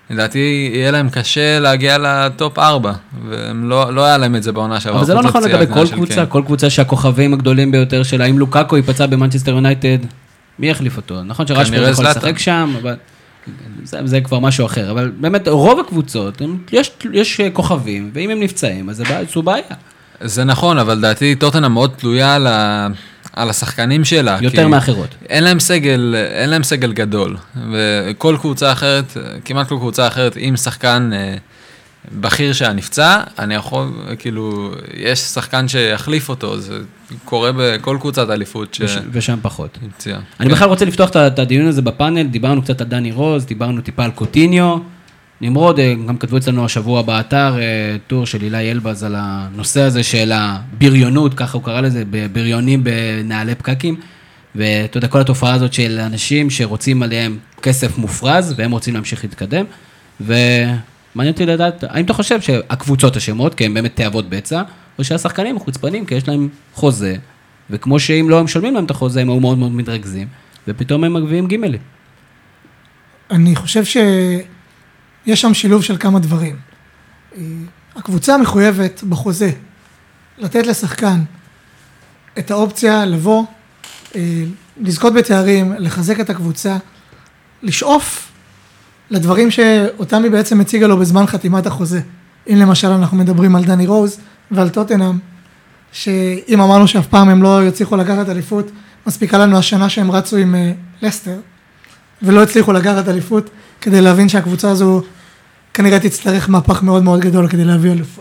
D: לדעתי יהיה להם קשה להגיע לטופ ארבע, והם לא, לא היה להם את זה בעונה שעברה.
A: אבל זה לא נכון לגבי כל קבוצה, כל קבוצה שהכוכבים הגדולים ביותר שלה, אם לוקאקו ייפצע במנצ'סטר יונייטד, מי יחליף אותו? נכון שרשפורד יכול לשחק שם, אבל זה, זה כבר משהו אחר. אבל באמת, רוב הקבוצות, הם, יש, יש כוכבים, ואם הם נפצעים, אז זו בעיה.
D: זה נכון, אבל דעתי טוטנהאם מאוד תלויה על ה... על השחקנים שלה.
A: יותר מאחרות.
D: אין להם סגל, אין להם סגל גדול. וכל קבוצה אחרת, כמעט כל קבוצה אחרת, עם שחקן אה, בכיר שהנפצע, אני יכול, כאילו, יש שחקן שיחליף אותו, זה קורה בכל קבוצת אליפות. ש...
A: וש, ושם פחות.
D: נפציע.
A: אני בכלל רוצה לפתוח את הדיון הזה בפאנל, דיברנו קצת על דני רוז, דיברנו טיפה על קוטיניו, נמרוד, גם כתבו אצלנו השבוע באתר, טור של אילי אלבז על הנושא הזה של הבריונות, ככה הוא קרא לזה, בריונים בנעלי פקקים, ואתה יודע, כל התופעה הזאת של אנשים שרוצים עליהם כסף מופרז, והם רוצים להמשיך להתקדם, ומעניין אותי לדעת, האם אתה חושב שהקבוצות השמות, כי הם באמת תאבות בצע, או שהשחקנים חוצפנים, כי יש להם חוזה, וכמו שאם לא הם משלמים להם את החוזה, הם היו מאוד מאוד מתרכזים, ופתאום הם מגביעים גימלי.
E: אני חושב ש... יש שם שילוב של כמה דברים. הקבוצה מחויבת בחוזה, לתת לשחקן את האופציה לבוא, לזכות בתארים, לחזק את הקבוצה, לשאוף לדברים שאותם היא בעצם הציגה לו בזמן חתימת החוזה. אם למשל אנחנו מדברים על דני רוז ועל טוטנהאם, שאם אמרנו שאף פעם הם לא יצליחו לקחת אליפות, מספיקה לנו השנה שהם רצו עם לסטר, ולא הצליחו לקחת אליפות, כדי להבין שהקבוצה הזו כנראה תצטרך מהפך מאוד מאוד גדול כדי להביא אליפות.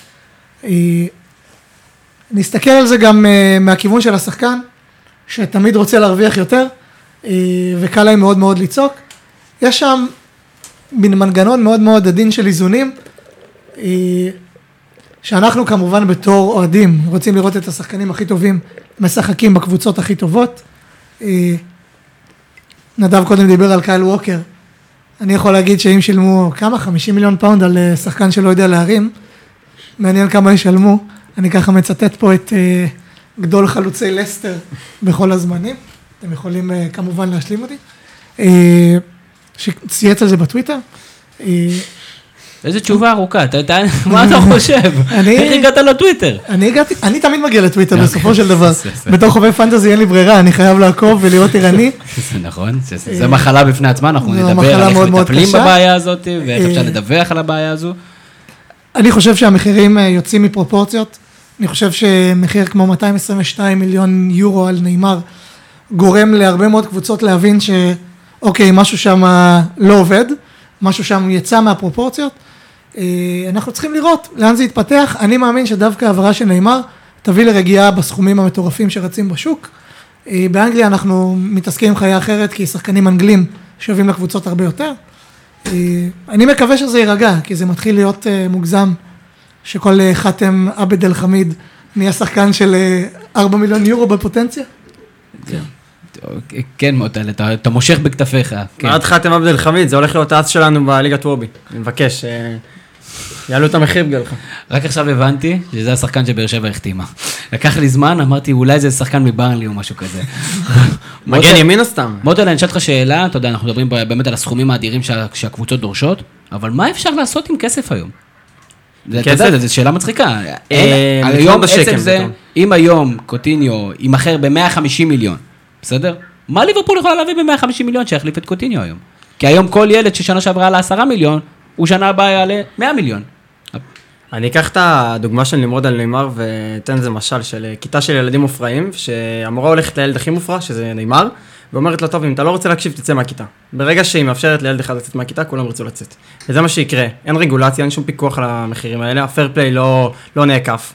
E: נסתכל על זה גם מהכיוון של השחקן, שתמיד רוצה להרוויח יותר, וקל להם מאוד מאוד לצעוק. יש שם מין מנגנון מאוד מאוד עדין של איזונים, שאנחנו כמובן בתור אוהדים רוצים לראות את השחקנים הכי טובים, משחקים בקבוצות הכי טובות. נדב קודם דיבר על קייל ווקר, אני יכול להגיד שאם שילמו כמה, חמישים מיליון פאונד על שחקן שלא יודע להרים, מעניין כמה ישלמו, אני ככה מצטט פה את uh, גדול חלוצי לסטר בכל הזמנים, אתם יכולים uh, כמובן להשלים אותי, uh, שצייץ על זה בטוויטר. Uh,
A: איזה תשובה ארוכה, מה אתה חושב? איך הגעת לטוויטר?
E: אני הגעתי, אני תמיד מגיע לטוויטר בסופו של דבר. בתור חובב פנטזי אין לי ברירה, אני חייב לעקוב ולהיות עירני.
A: זה נכון, זה מחלה בפני עצמה, אנחנו נדבר על איך מטפלים בבעיה הזאת, ואיך אפשר לדווח על הבעיה הזו.
E: אני חושב שהמחירים יוצאים מפרופורציות, אני חושב שמחיר כמו מאתיים עשרים ושניים מיליון יורו על ניימר, גורם להרבה מאוד קבוצות להבין שאוקיי, משהו שם לא עובד, משהו שם יצא מהפרופורציות, אנחנו צריכים לראות לאן זה יתפתח. אני מאמין שדווקא העברה של ניימר תביא לרגיעה בסכומים המטורפים שרצים בשוק. באנגליה אנחנו מתעסקים עם חיה אחרת, כי שחקנים אנגלים שווים לקבוצות הרבה יותר. אני מקווה שזה יירגע, כי זה מתחיל להיות מוגזם, שכל חתם עבד אל חמיד נהיה שחקן של ארבעה מיליון יורו בפוטנציה.
A: כן, מוטל, אתה מושך בכתפיך.
B: מעד חתם עבד אל חמיד, זה הולך להיות האץ שלנו בליגת וובי. אני מבקש, יעלו את המחיר בגללך.
A: רק עכשיו הבנתי שזה השחקן שבאר שבע החתימה. לקח לי זמן, אמרתי, אולי זה שחקן מברנלי או משהו כזה.
B: מגן ימין או סתם?
A: מוטל, אני אשאל אותך שאלה, אתה יודע, אנחנו מדברים באמת על הסכומים האדירים שהקבוצות דורשות, אבל מה אפשר לעשות עם כסף היום? אתה יודע, זו שאלה מצחיקה. היום עצם זה, אם היום קוטיניו יימכר ב-מאה וחמישים מיליון, בסדר? מה ליברפול יכולה להביא ב-מאה וחמישים מיליון שיחליף את קוטיניו היום? כי היום כל ילד ששנה שעברה על עשרה מיליון, הוא שנה הבאה יעלה מאה מיליון.
B: אני אקח את הדוגמה של נמרוד על ניימר ותן איזה משל של כיתה של ילדים מופרעים, שהמורה הולכת לילד הכי מופרע, שזה ניימר, ואומרת לו, טוב, אם אתה לא רוצה להקשיב, תצא מהכיתה. ברגע שהיא מאפשרת לילד אחד לצאת מהכיתה, כולם רצו לצאת. וזה מה שיקרה. אין רגולציה, אין שום פיקוח על המחירים האלה, הפייר פליי לא, לא נעקף.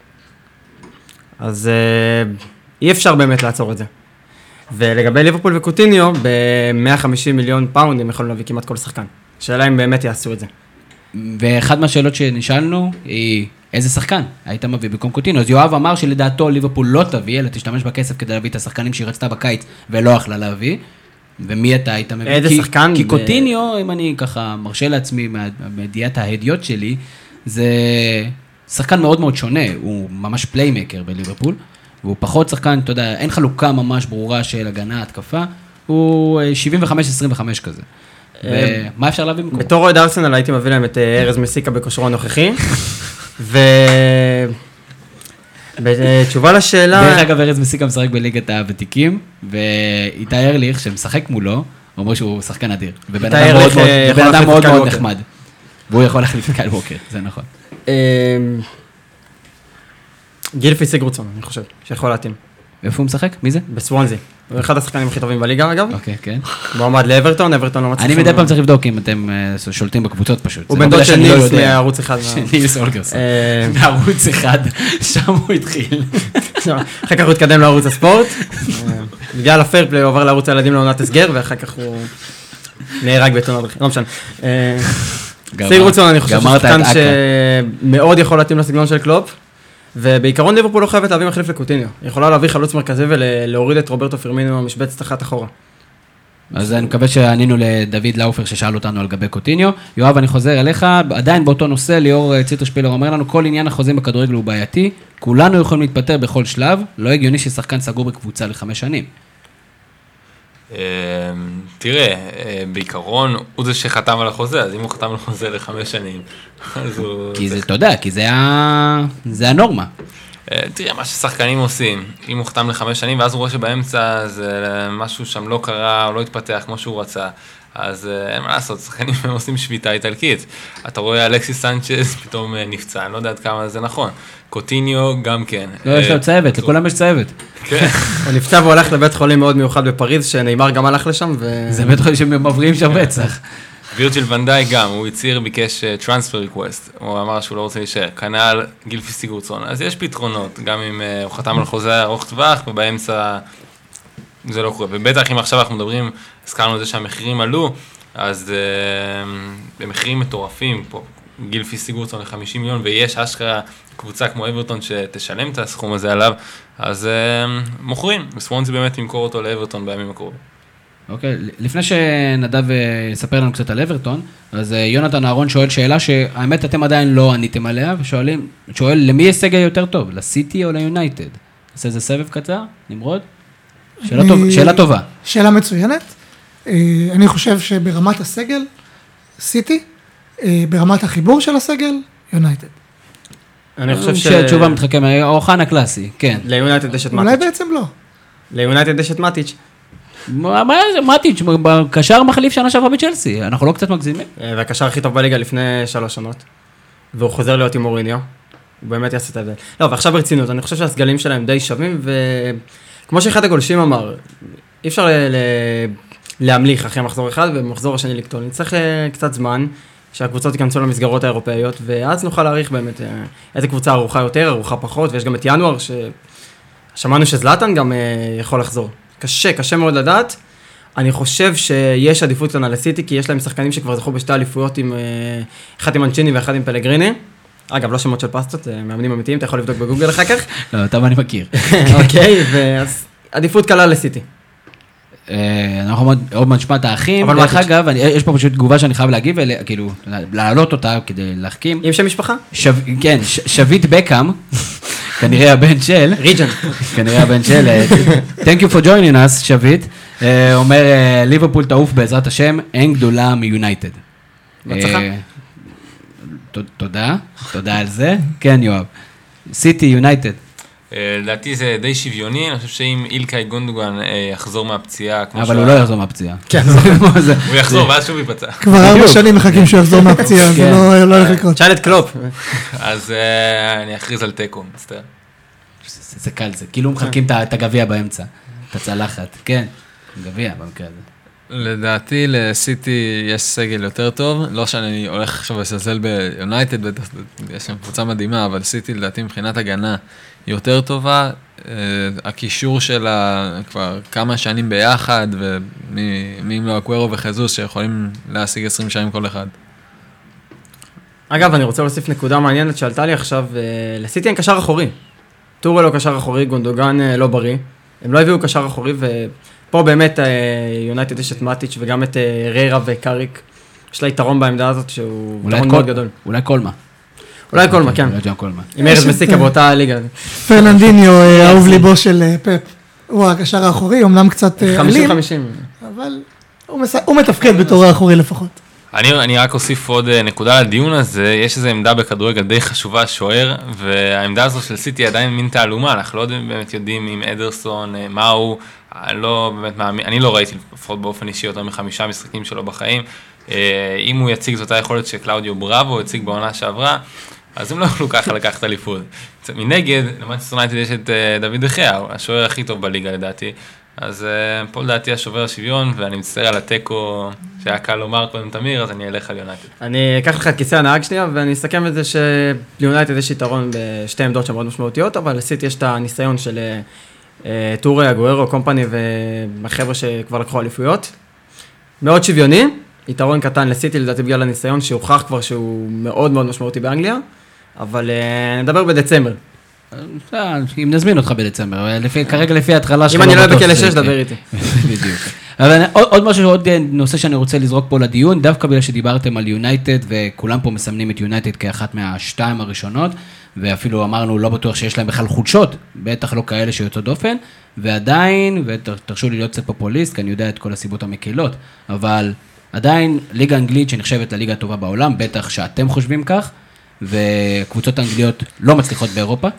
B: אז אי אפשר באמת לעצור את זה. ולגבי ליברפול וקוטיניו, ב-מאה וחמישים מיליון פאונד הם יכולים להביא כמעט כל שחקן. שאלה אם באמת יעשו את זה.
A: ואחד מהשאלות שנשאלנו היא, איזה שחקן היית מביא במקום קוטיניו? אז יואב אמר שלדעתו ליברפול לא תביא, אלא תשתמש בכסף כדי להביא את השחקנים שהיא רצתה בקיץ ולא יכלה להביא. ומי אתה היית מביא?
B: איזה שחקן?
A: כי קוטיניו, אם אני ככה מרשה לעצמי מהדיית ההדיות שלי, זה שחקן מאוד מאוד שונה, הוא ממש פליימקר בליברפול, והוא פחות שחקן, אתה יודע, אין חלוקה ממש ברורה של הגנה, התקפה, הוא שבעים וחמש עשרים וחמש כזה. מה אפשר להביא במקום?
B: בתור אוהד ארסנל הייתי מביא להם את ארז מסיקה בכושרו הנוכחי. ו... בתשובה לשאלה...
A: דרך אגב, ארז מסיקה משחק בליגת הוותיקים, ואיתי ארליך, שמשחק מולו, הוא אומר שהוא שחקן אדיר. ובן אדם מאוד מאוד נחמד. והוא יכול להחליף את קייל ווקר, זה נכון.
B: גילפי סיגרוצון, אני חושב, שיכול להתאים.
A: איפה הוא משחק? מי זה?
B: בסוונזי. הוא אחד השחקנים הכי טובים בליגה, אגב.
A: אוקיי, כן.
B: הוא עמד לאברטון, אברטון לא מצליחים.
A: אני מדי פעם צריך לבדוק אם אתם שולטים בקבוצות פשוט.
B: הוא בן דוד של נילס מערוץ אחד.
A: נילס אולגרסון. מערוץ אחד, שם הוא התחיל.
B: אחר כך הוא התקדם לערוץ הספורט. בגלל הפיירפליי הוא עבר לערוץ הילדים לעונת הסגר, ואחר כך הוא נהרג בתאונת דרכים. לא משנה. סיגרוצון, אני חושב ששחקן שמאוד יכול להתאים לסגנון של קלופ. ובעיקרון ליברפול לא חייבת להביא מחליף לקוטיניו. היא יכולה להביא חלוץ מרכזי ולהוריד את רוברטו פירמינו משבצת אחת אחורה.
A: אז אני מקווה שענינו לדוד לאופר ששאל אותנו על גבי קוטיניו. יואב, אני חוזר אליך, עדיין באותו נושא, ליאור ציטרשפילר אומר לנו, כל עניין החוזים בכדורגל הוא בעייתי, כולנו יכולים להתפטר בכל שלב, לא הגיוני ששחקן סגור בקבוצה לחמש שנים.
C: תראה, בעיקרון הוא זה שחתם על החוזה, אז אם הוא חתם על החוזה לחמש שנים, אז הוא...
A: כי זה, אתה יודע, כי זה הנורמה.
C: תראה, מה ששחקנים עושים, אם הוא חתם לחמש שנים, ואז הוא רואה שבאמצע זה משהו שם לא קרה, או לא התפתח כמו שהוא רצה, אז אין מה לעשות, שחקנים הם עושים שביתה איטלקית. אתה רואה אלכסיס סנצ'ז פתאום נפצע, אני לא יודע עד כמה זה נכון. קוטיניו גם כן.
A: לא, יש לו צוות, לכולם יש צוות.
C: כן.
B: הוא נפצע והוא הלך לבית חולים מאוד מיוחד בפריז, שנאמר גם הלך לשם, ו...
A: זה בית חולים שמבריאים שם רצח.
C: וירג'יל ונדאי גם, הוא הצהיר, ביקש טרנספר ריקווסט, הוא אמר שהוא לא רוצה להישאר, כנ"ל גילפי סיגרוצון, אז יש פתרונות, גם אם הוא חתם על חוזה ארוך טווח, ובאמצע זה לא קורה, ובטח אם עכשיו אנחנו מדברים, הזכרנו את זה שהמחירים עלו, אז במחירים מטורפים, פה גילפי סיגרוצון ל-חמישים מיליון, ויש אשכרה קבוצה כמו אברטון שתשלם את הסכום הזה עליו, אז מוכרים, וסוונזי באמת ימכור אותו לאברטון בימים הקרובים.
A: אוקיי, לפני שנדב יספר לנו קצת על אברטון, אז יונתן אהרון שואל שאלה שהאמת אתם עדיין לא עניתם עליה, ושואלים, שואל למי יש סגל יותר טוב, לסיטי או ליונייטד? עושה איזה סבב קצר, נמרוד? שאלה, טוב, שאלה טובה.
E: שאלה מצוינת. אני חושב שברמת הסגל, סיטי, ברמת החיבור של הסגל, יונייטד.
B: אני חושב ש...
A: תשובה מתחכם, אוחנה קלאסי, כן.
B: ליונייטד יש את מאטיץ'.
E: אולי בעצם לא.
B: ליונייטד יש את מאטיץ'.
A: מה זה, מאטיץ', קשר מחליף שנה שעברה בצ'לסי, אנחנו לא קצת מגזימים.
B: והקשר הכי טוב בליגה לפני שלוש שנות, והוא חוזר להיות עם מוריניו, הוא באמת יעשה את ההבדל. לא, ועכשיו ברצינות, אני חושב שהסגלים שלהם די שווים, וכמו שאחד הגולשים אמר, אי אפשר להמליך אחרי מחזור אחד, ובמחזור השני לקטול. נצטרך קצת זמן, שהקבוצות ייכנסו למסגרות האירופאיות, ואז נוכל להעריך באמת איזה קבוצה ארוכה יותר, ארוכה פחות, ויש גם את ינואר, ששמענו שזלאטן גם יכול לחזור. קשה, קשה מאוד לדעת. אני חושב שיש עדיפות כאן על הסיטי, כי יש להם שחקנים שכבר זכו בשתי אליפויות עם אחד עם מנצ'יני ואחד עם פלגריני. אגב, לא שמות של פסטות, מאמנים אמיתיים, אתה יכול לבדוק בגוגל אחר כך.
A: לא, אותם אני מכיר.
B: אוקיי, ואז עדיפות קלה לסיטי.
A: אנחנו עוד נשמע את האחים. דרך אגב, יש פה פשוט תגובה שאני חייב להגיב, כאילו, להעלות אותה כדי להחכים.
B: עם שם משפחה?
A: כן, שביט בקאם. כנראה הבן של,
B: ריג'ן,
A: כנראה הבן של, thank you for joining us, שביט, אומר, ליברפול תעוף בעזרת השם, אין גדולה מיונייטד.
B: בהצלחה.
A: תודה, תודה על זה. כן, יואב. סיטי, יונייטד.
C: לדעתי זה די שוויוני, אני חושב שאם אילקאי גונדוגן יחזור מהפציעה,
A: אבל הוא לא יחזור מהפציעה.
E: כן.
C: הוא יחזור ואז שוב ייפצע.
E: כבר ארבע שנים מחכים שהוא יחזור מהפציעה, זה לא הולך לקרות.
B: תשאל את קלופ.
C: אז אני אכריז על טקו, מצטער.
A: זה קל, זה כאילו מחלקים את הגביע באמצע, את הצלחת, כן, גביע במקרה הזה.
D: לדעתי לסיטי יש סגל יותר טוב, לא שאני הולך עכשיו לסזל ביונייטד, יש שם קבוצה מדהימה, אבל סיטי לדעתי מבחינת הגנה היא יותר טובה, הקישור שלה כבר כמה שנים ביחד, ומי אם לא אקווירו וחזוס שיכולים להשיג עשרים שנים כל אחד.
B: אגב, אני רוצה להוסיף נקודה מעניינת שעלתה לי עכשיו, לסיטי אין קשר אחורי. טורו לא קשר אחורי, גונדוגן לא בריא, הם לא הביאו קשר אחורי, ופה באמת יונייטד יש את מאטיץ' וגם את ריירה וקאריק, יש לה יתרון בעמדה הזאת שהוא יתרון מאוד גדול.
A: אולי קולמה.
B: אולי קולמה, כן.
A: אולי ג'אם קולמה.
B: עם ארז מסיקה באותה ליגה.
E: פרננדיניו, אהוב ליבו של פפ, הוא הקשר האחורי, אמנם קצת אלים,
B: חמישים חמישים.
E: אבל הוא מס- הוא מתפקד בתור האחורי לפחות.
C: אני, אני רק אוסיף עוד אה, נקודה לדיון הזה, יש איזו עמדה בכדורגל די חשובה, שוער, והעמדה הזו של סיטי עדיין מין תעלומה, אנחנו לא באמת יודעים אם אדרסון, אה, מה הוא, אני לא באמת מאמין, אני לא ראיתי לפחות באופן אישי יותר מחמישה משחקים שלו בחיים, אה, אם הוא יציג זאת היכולת שקלאודיו בראבו יציג בעונה שעברה, אז הם לא יוכלו ככה לקחת אליפות. מנגד, למנצ'סטר יונייטד יש את אה, דוד דה גיה, השוער הכי טוב בליגה לדעתי, אז uh, פה לדעתי השובר השוויון, ואני מצטער על הטקו שהיה קל לומר קודם תמיר, אז אני אלך על יונייטד.
B: אני אקח לך את כיסא הנהג שנייה, ואני אסכם את זה שליונייטד יש יתרון בשתי עמדות שמאוד משמעותיות, אבל לסיטי יש את הניסיון של uh, טורי, אגוארו, קומפני והחבר'ה שכבר לקחו אליפויות. מאוד שוויוני, יתרון קטן לסיטי לדעתי בגלל הניסיון שהוכח כבר שהוא מאוד מאוד משמעותי באנגליה, אבל uh, נדבר בדצמבר.
A: אם נזמין אותך בדצמבר, כרגע לפי ההתחלה שלך...
B: אם אני לא בכלא שש, דבר איתי.
A: בדיוק. אבל עוד משהו, עוד נושא שאני רוצה לזרוק פה לדיון, דווקא בגלל שדיברתם על יונייטד, וכולם פה מסמנים את יונייטד כאחת מהשתיים הראשונות, ואפילו אמרנו, לא בטוח שיש להם בכלל חולשות, בטח לא כאלה שיוצאות דופן, ועדיין, ותרשו לי להיות קצת פופוליסט, כי אני יודע את כל הסיבות המקילות, אבל עדיין ליגה אנגלית שנחשבת לליגה הטובה בעולם, בטח שאתם חושבים כך, וקבוצות האנגליות לא מצליחות באירופה,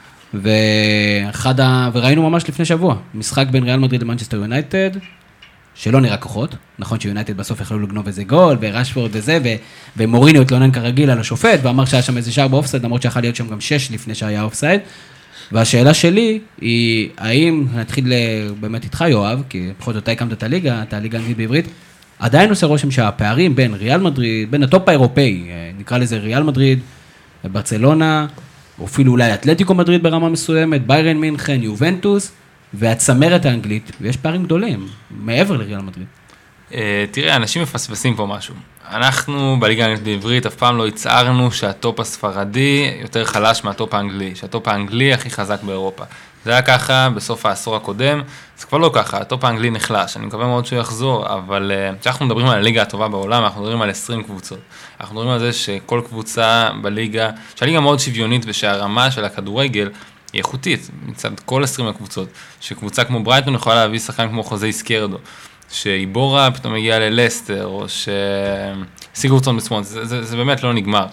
A: ואחד ה... וראינו ממש לפני שבוע, משחק בין ריאל מדריד למנצ'סטר יונייטד, שלא נראה כוחות, נכון שיונייטד בסוף יכלו לגנוב איזה גול, ורשפורד וזה, ו... ומוריניו התלונן כרגיל על השופט, ואמר שהיה שם איזה שער באופסייד, למרות שיכול להיות שם גם שש לפני שהיה אופסייד, והשאלה שלי היא, האם, נתחיל באמת איתך יואב, כי פחות אותה הקמת את הליגה, את הליגה האנגלית בעברית, עדיין עושה רושם שהפערים בין ריאל מדריד, בין הטופ האירופאי, נקרא לזה ריאל מדריד, ברצלונה, או אפילו אולי אתלטיקו מדריד ברמה מסוימת, ביירן מינכן, יובנטוס, והצמרת האנגלית, ויש פערים גדולים, מעבר לריאל מדריד.
C: תראה, אנשים מפספסים פה משהו. אנחנו בליגה האנגלית בעברית אף פעם לא הצערנו שהטופ הספרדי יותר חלש מהטופ האנגלי, שהטופ האנגלי הכי חזק באירופה. זה היה ככה בסוף העשור הקודם, זה כבר לא ככה, הטופ האנגלי נחלש, אני מקווה מאוד שהוא יחזור, אבל כשאנחנו מדברים על הליגה הטובה בעולם, אנחנו מדברים על עשרים קבוצות. אנחנו מדברים על זה שכל קבוצה בליגה, שהליגה מאוד שוויונית ושהרמה של הכדורגל היא איכותית, מצד כל עשרים הקבוצות, שקבוצה כמו ברייטון יכולה להביא שחקן כמו חוזה איסקרדו, שאיבורה פתאום הגיע ללסטר, או שסיגורצון בספונט, זה, זה, זה באמת לא נגמר.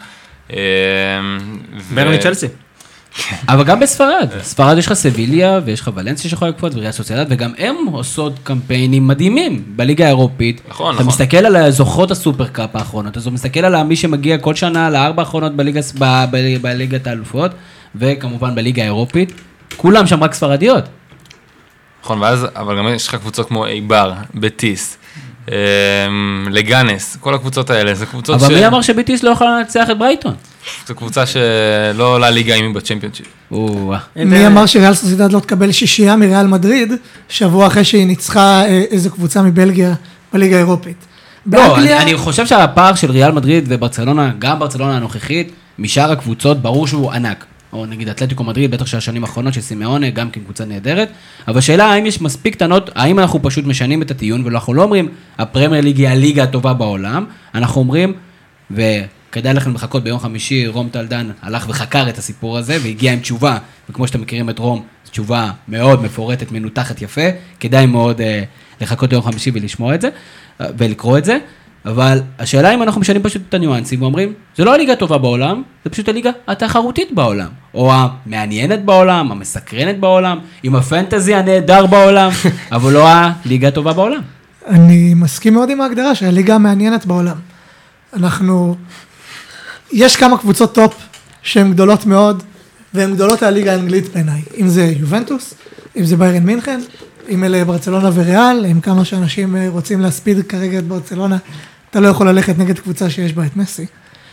B: ברני צ'לסי.
A: אבל גם בספרד, ספרד יש לך סביליה, ויש לך ולנסיה שיכולה לקפוץ, וריאל סוסיידד, וגם הם עושות קמפיינים מדהימים בליגה האירופית.
C: נכון,
A: אתה
C: נכון.
A: מסתכל על זוכות הסופרקאפ האחרונות, אז הוא מסתכל על מי שמגיע כל שנה לארבע האחרונות בליגה, ב, ב, בליגת האלופות, וכמובן בליגה האירופית, כולם שם רק ספרדיות.
C: נכון, ואז, אבל גם יש לך קבוצות כמו איבר, בטיס, לגאנס, כל הקבוצות האלה, זה קבוצות ש...
A: אבל מי אמר שביטיס לא יכולה לנצח את ברייטון?
C: זו קבוצה שלא עולה ליגה אם היא בצ'מפיונשיפ.
E: מי אמר שריאל סוסיידד לא תקבל שישייה מריאל מדריד, שבוע אחרי שהיא ניצחה איזו קבוצה מבלגיה בליגה האירופית?
A: לא, אני חושב שהפער של ריאל מדריד וברצלונה, גם ברצלונה הנוכחית, משאר הקבוצות, ברור שהוא ענק. או נגיד אתלטיקו מדריד, בטח שהשנים האחרונות של סימאונה, גם כקבוצה נהדרת. אבל שאלה, האם יש מספיק קטנות, האם אנחנו פשוט משנים את הטיעון, ואנחנו לא אומרים, הפרמייר ליג היא הליגה הטובה בעולם, אנחנו אומרים, וכדאי לכם לחכות ביום חמישי, רום טלדן הלך וחקר את הסיפור הזה, והגיע עם תשובה, וכמו שאתם מכירים את רום, זו תשובה מאוד מפורטת, מנותחת יפה, כדאי מאוד אה, לחכות ביום חמישי ולשמוע את זה, ולקרוא את זה. אבל השאלה אם אנחנו משנים פשוט את הניואנסים ואומרים, זה לא הליגה הטובה בעולם, זה פשוט הליגה התחרותית בעולם, או המעניינת בעולם, המסקרנת בעולם, עם הפנטזי הנהדר בעולם, אבל לא הליגה הטובה בעולם.
E: אני מסכים מאוד עם ההגדרה שהליגה המעניינת בעולם. אנחנו, יש כמה קבוצות טופ שהן גדולות מאוד, והן גדולות הליגה האנגלית בעיניי, אם זה יובנטוס, אם זה ביירן מינכן, אם אלה ברצלונה וריאל, עם כמה שאנשים רוצים להספיד כרגע את ברצלונה, אתה לא יכול ללכת נגד קבוצה שיש בה את מסי.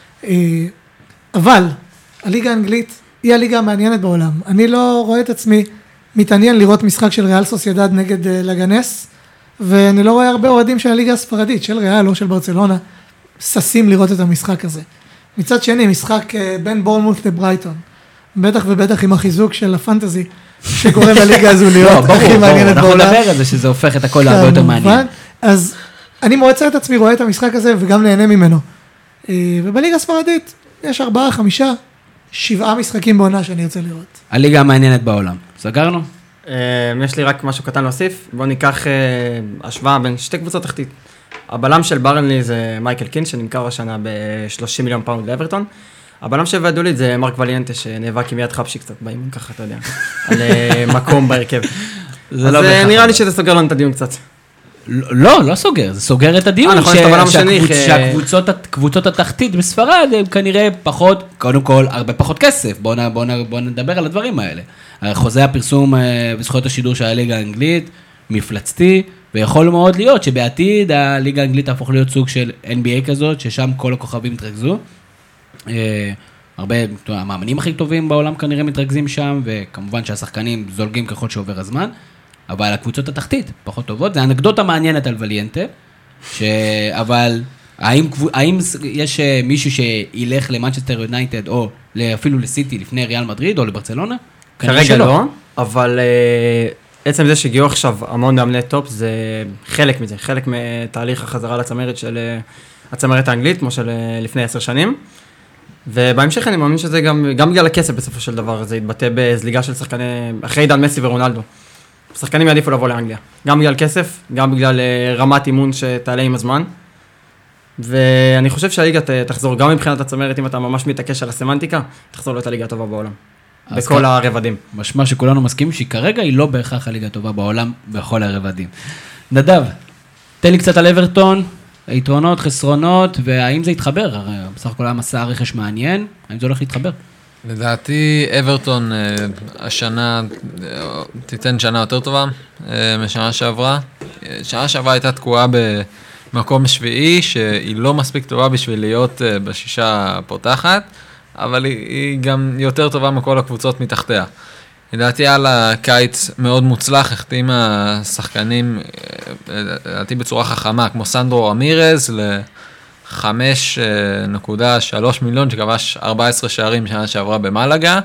E: אבל הליגה האנגלית היא הליגה המעניינת בעולם. אני לא רואה את עצמי מתעניין לראות משחק של ריאל סוסיידד נגד לגנס, ואני לא רואה הרבה אוהדים של הליגה הספרדית, של ריאל או של ברצלונה, ססים לראות את המשחק הזה. מצד שני, משחק בין בורנמות' לברייטון, בטח ובטח עם החיזוק של הפנטזי, שקורא בליגה הזו להיות הכי מעניינת בעולם.
A: אנחנו נדבר על זה שזה הופך את הכל להרבה יותר מעניין.
E: אז אני מועצה את עצמי, רואה את המשחק הזה וגם נהנה ממנו. ובליגה הספרדית יש ארבעה, חמישה, שבעה משחקים בעונה שאני ארצה לראות.
A: הליגה המעניינת בעולם. סגרנו?
B: יש לי רק משהו קטן להוסיף. בואו ניקח השוואה בין שתי קבוצות תחתית. הבלם של ברנלי זה מייקל קין, שנמכר השנה ב-שלושים מיליון פאונד לאברטון. הבלם של ויאדוליד זה מרק וליאנטה, שנאבק עם יד חפשי קצת באימון, ככה אתה יודע, על מקום בהרכב. אז נראה לי שזה סוגר לנו את הדיון קצת.
A: לא, לא סוגר, זה סוגר את הדיון, שהקבוצות התחתית בספרד הם כנראה פחות, קודם כל, הרבה פחות כסף, בואו נדבר על הדברים האלה. חוזה הפרסום בזכויות השידור של הליגה האנגלית, מפלצתי, ויכול מאוד להיות שבעתיד הליגה האנגלית תהפוך להיות סוג של אן בי איי כזאת, ששם כל הכוכבים מתרכזו. הרבה, המאמנים הכי טובים בעולם כנראה מתרכזים שם, וכמובן שהשחקנים זולגים ככל שעובר הזמן. אבל הקבוצות התחתית פחות טובות, זה אנקדוטה מעניינת על וליאנטה, ש... אבל האם, האם יש מישהו שילך למנצ'סטר יונייטד, או אפילו לסיטי לפני ריאל מדריד, או לברצלונה?
B: כרגע לא, אבל uh, עצם זה שהגיעו עכשיו המון מאמני טופ, זה חלק מזה, חלק מתהליך החזרה לצמרת של uh, הצמרת האנגלית, כמו של uh, לפני עשר שנים, ובהמשך אני מאמין שזה גם, גם בגלל הכסף בסופו של דבר, זה יתבטא בזליגה של שחקני, אחרי עידן מסי ורונלדו. שחקנים יעדיפו לבוא לאנגליה, גם בגלל כסף, גם בגלל רמת אימון שתעלה עם הזמן, ואני חושב שהליגה תחזור, גם מבחינת הצמרת, אם אתה ממש מתעקש על הסמנטיקה, תחזור להיות הליגה הטובה בעולם, בכל הרבדים.
A: משמע שכולנו מסכימים שכרגע היא לא בהכרח הליגה הטובה בעולם, בכל הרבדים. נדב, תן לי קצת על אברטון, היתרונות, חסרונות, והאם זה יתחבר? הרי בסך הכל היה מסע רכש מעניין, האם זה הולך להתחבר?
D: לדעתי, אברטון השנה תיתן שנה יותר טובה משנה שעברה. שנה שעברה הייתה תקועה במקום שביעי, שהיא לא מספיק טובה בשביל להיות בשישה פותחת, אבל היא גם יותר טובה מכל הקבוצות מתחתיה. לדעתי על הקיץ מאוד מוצלח, החתימה שחקנים, לדעתי בצורה חכמה, כמו סנדרו אמירז, ל... חמש נקודה שלוש מיליון שכבש ארבעה עשר שערים שנה שעברה במלגה,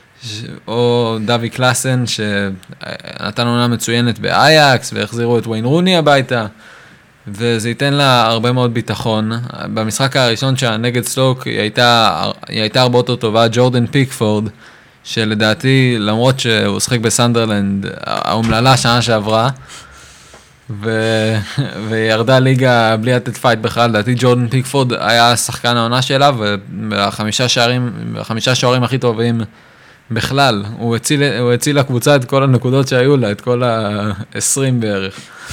D: או דווי קלאסן שנתן עונה מצוינת באייקס והחזירו את ויין רוני הביתה, וזה ייתן לה הרבה מאוד ביטחון. במשחק הראשון שלה נגד סטוק היא הייתה, היא הייתה הרבה יותר טובה, ג'ורדן פיקפורד, שלדעתי למרות שהוא שחק בסנדרלנד האומללה שנה שעברה, ו... וירדה ליגה בלי לתת פייט בכלל, לדעתי ג'ורדן פיקפורד היה שחקן העונה שלה, ובחמישה שערים, בחמישה שערים הכי טובים בכלל, הוא הציל, הוא הציל לקבוצה את כל הנקודות שהיו לה, את כל ה-עשרים בערך.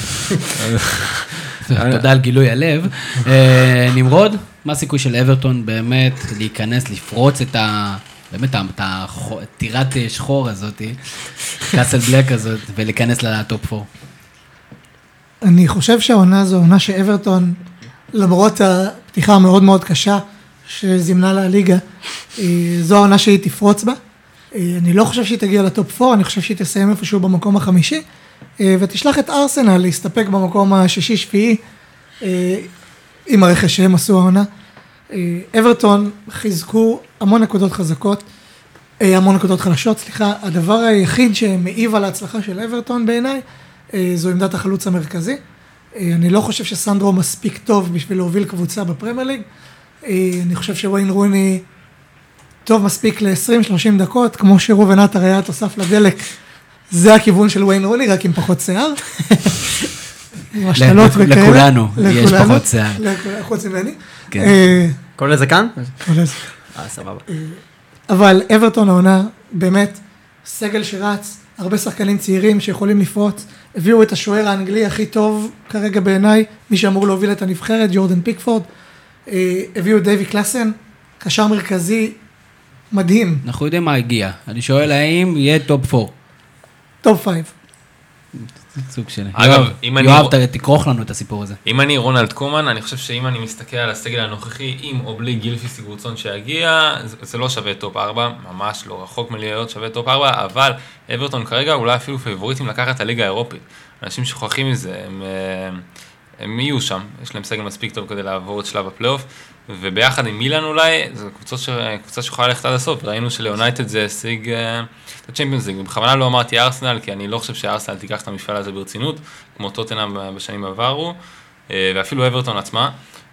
A: תודה על גילוי הלב. נמרוד, מה הסיכוי של אברטון באמת להיכנס, לפרוץ את ה... באמת הטירת שחור הזאת, קאסל בלק הזאת, ולהיכנס לטופ פור?
E: אני חושב שהעונה זו עונה שאברטון, למרות הפתיחה המאוד מאוד קשה שזימנה לה הליגה, זו העונה שהיא תפרוץ בה. אני לא חושב שהיא תגיע לטופ פור, אני חושב שהיא תסיים איפשהו במקום החמישי, ותשלח את ארסנל להסתפק במקום השישי-שביעי, עם הרכש שהם עשו העונה. אברטון חיזקו המון נקודות חזקות, המון נקודות חלשות, סליחה. הדבר היחיד שמעיב על ההצלחה של אברטון בעיניי, זו עמדת החלוץ המרכזי. אני לא חושב שסנדרו מספיק טוב בשביל להוביל קבוצה בפרמייר ליג. אני חושב שוויין רוני טוב מספיק ל-עשרים שלושים דקות, כמו שראובן עטר היה תוסף לדלק. זה הכיוון של וויין רוני, רק עם פחות שיער.
A: לכולנו יש פחות שיער.
E: חוץ ממני.
B: כל לזה כאן?
E: כל לזה.
B: אה, סבבה.
E: אבל אברטון העונה, באמת, סגל שרץ, הרבה שחקנים צעירים שיכולים לפרוץ, הביאו את השוער האנגלי הכי טוב כרגע בעיניי, מי שאמור להוביל את הנבחרת, ג'ורדן פיקפורד, הביאו דייווי קלאסן, קשר מרכזי מדהים.
A: אנחנו יודעים מה הגיע, אני שואל האם יהיה טופ פור.
E: טופ פייב.
A: סוג שלי.
C: אגב, אם אני...
A: יואב, תכרוך לנו את הסיפור הזה.
C: אם אני רונלד קומן, אני חושב שאם אני מסתכל על הסגל הנוכחי, עם או בלי גילפי סיגורצון שהגיע, זה לא שווה טופ ארבע, ממש לא רחוק מלהיות שווה טופ ארבע, אבל אברטון כרגע אולי אפילו פייבוריטים לקחת את הליגה האירופית. אנשים שוכחים מזה, הם, הם יהיו שם, יש להם סגל מספיק טוב כדי לעבור את שלב הפלייאוף, וביחד עם מילאן אולי, זו קבוצה, ש... קבוצה שיכולה ללכת עד הסוף, ראינו שליונייטד זה השיג את הצ'מפיונס ליג, בכוונה לא אמרתי ארסנל, כי אני לא חושב שארסנל תיקח את המפעל הזה ברצינות, כמו טוטנהאם בשנים עברו, ואפילו אברטון עצמה,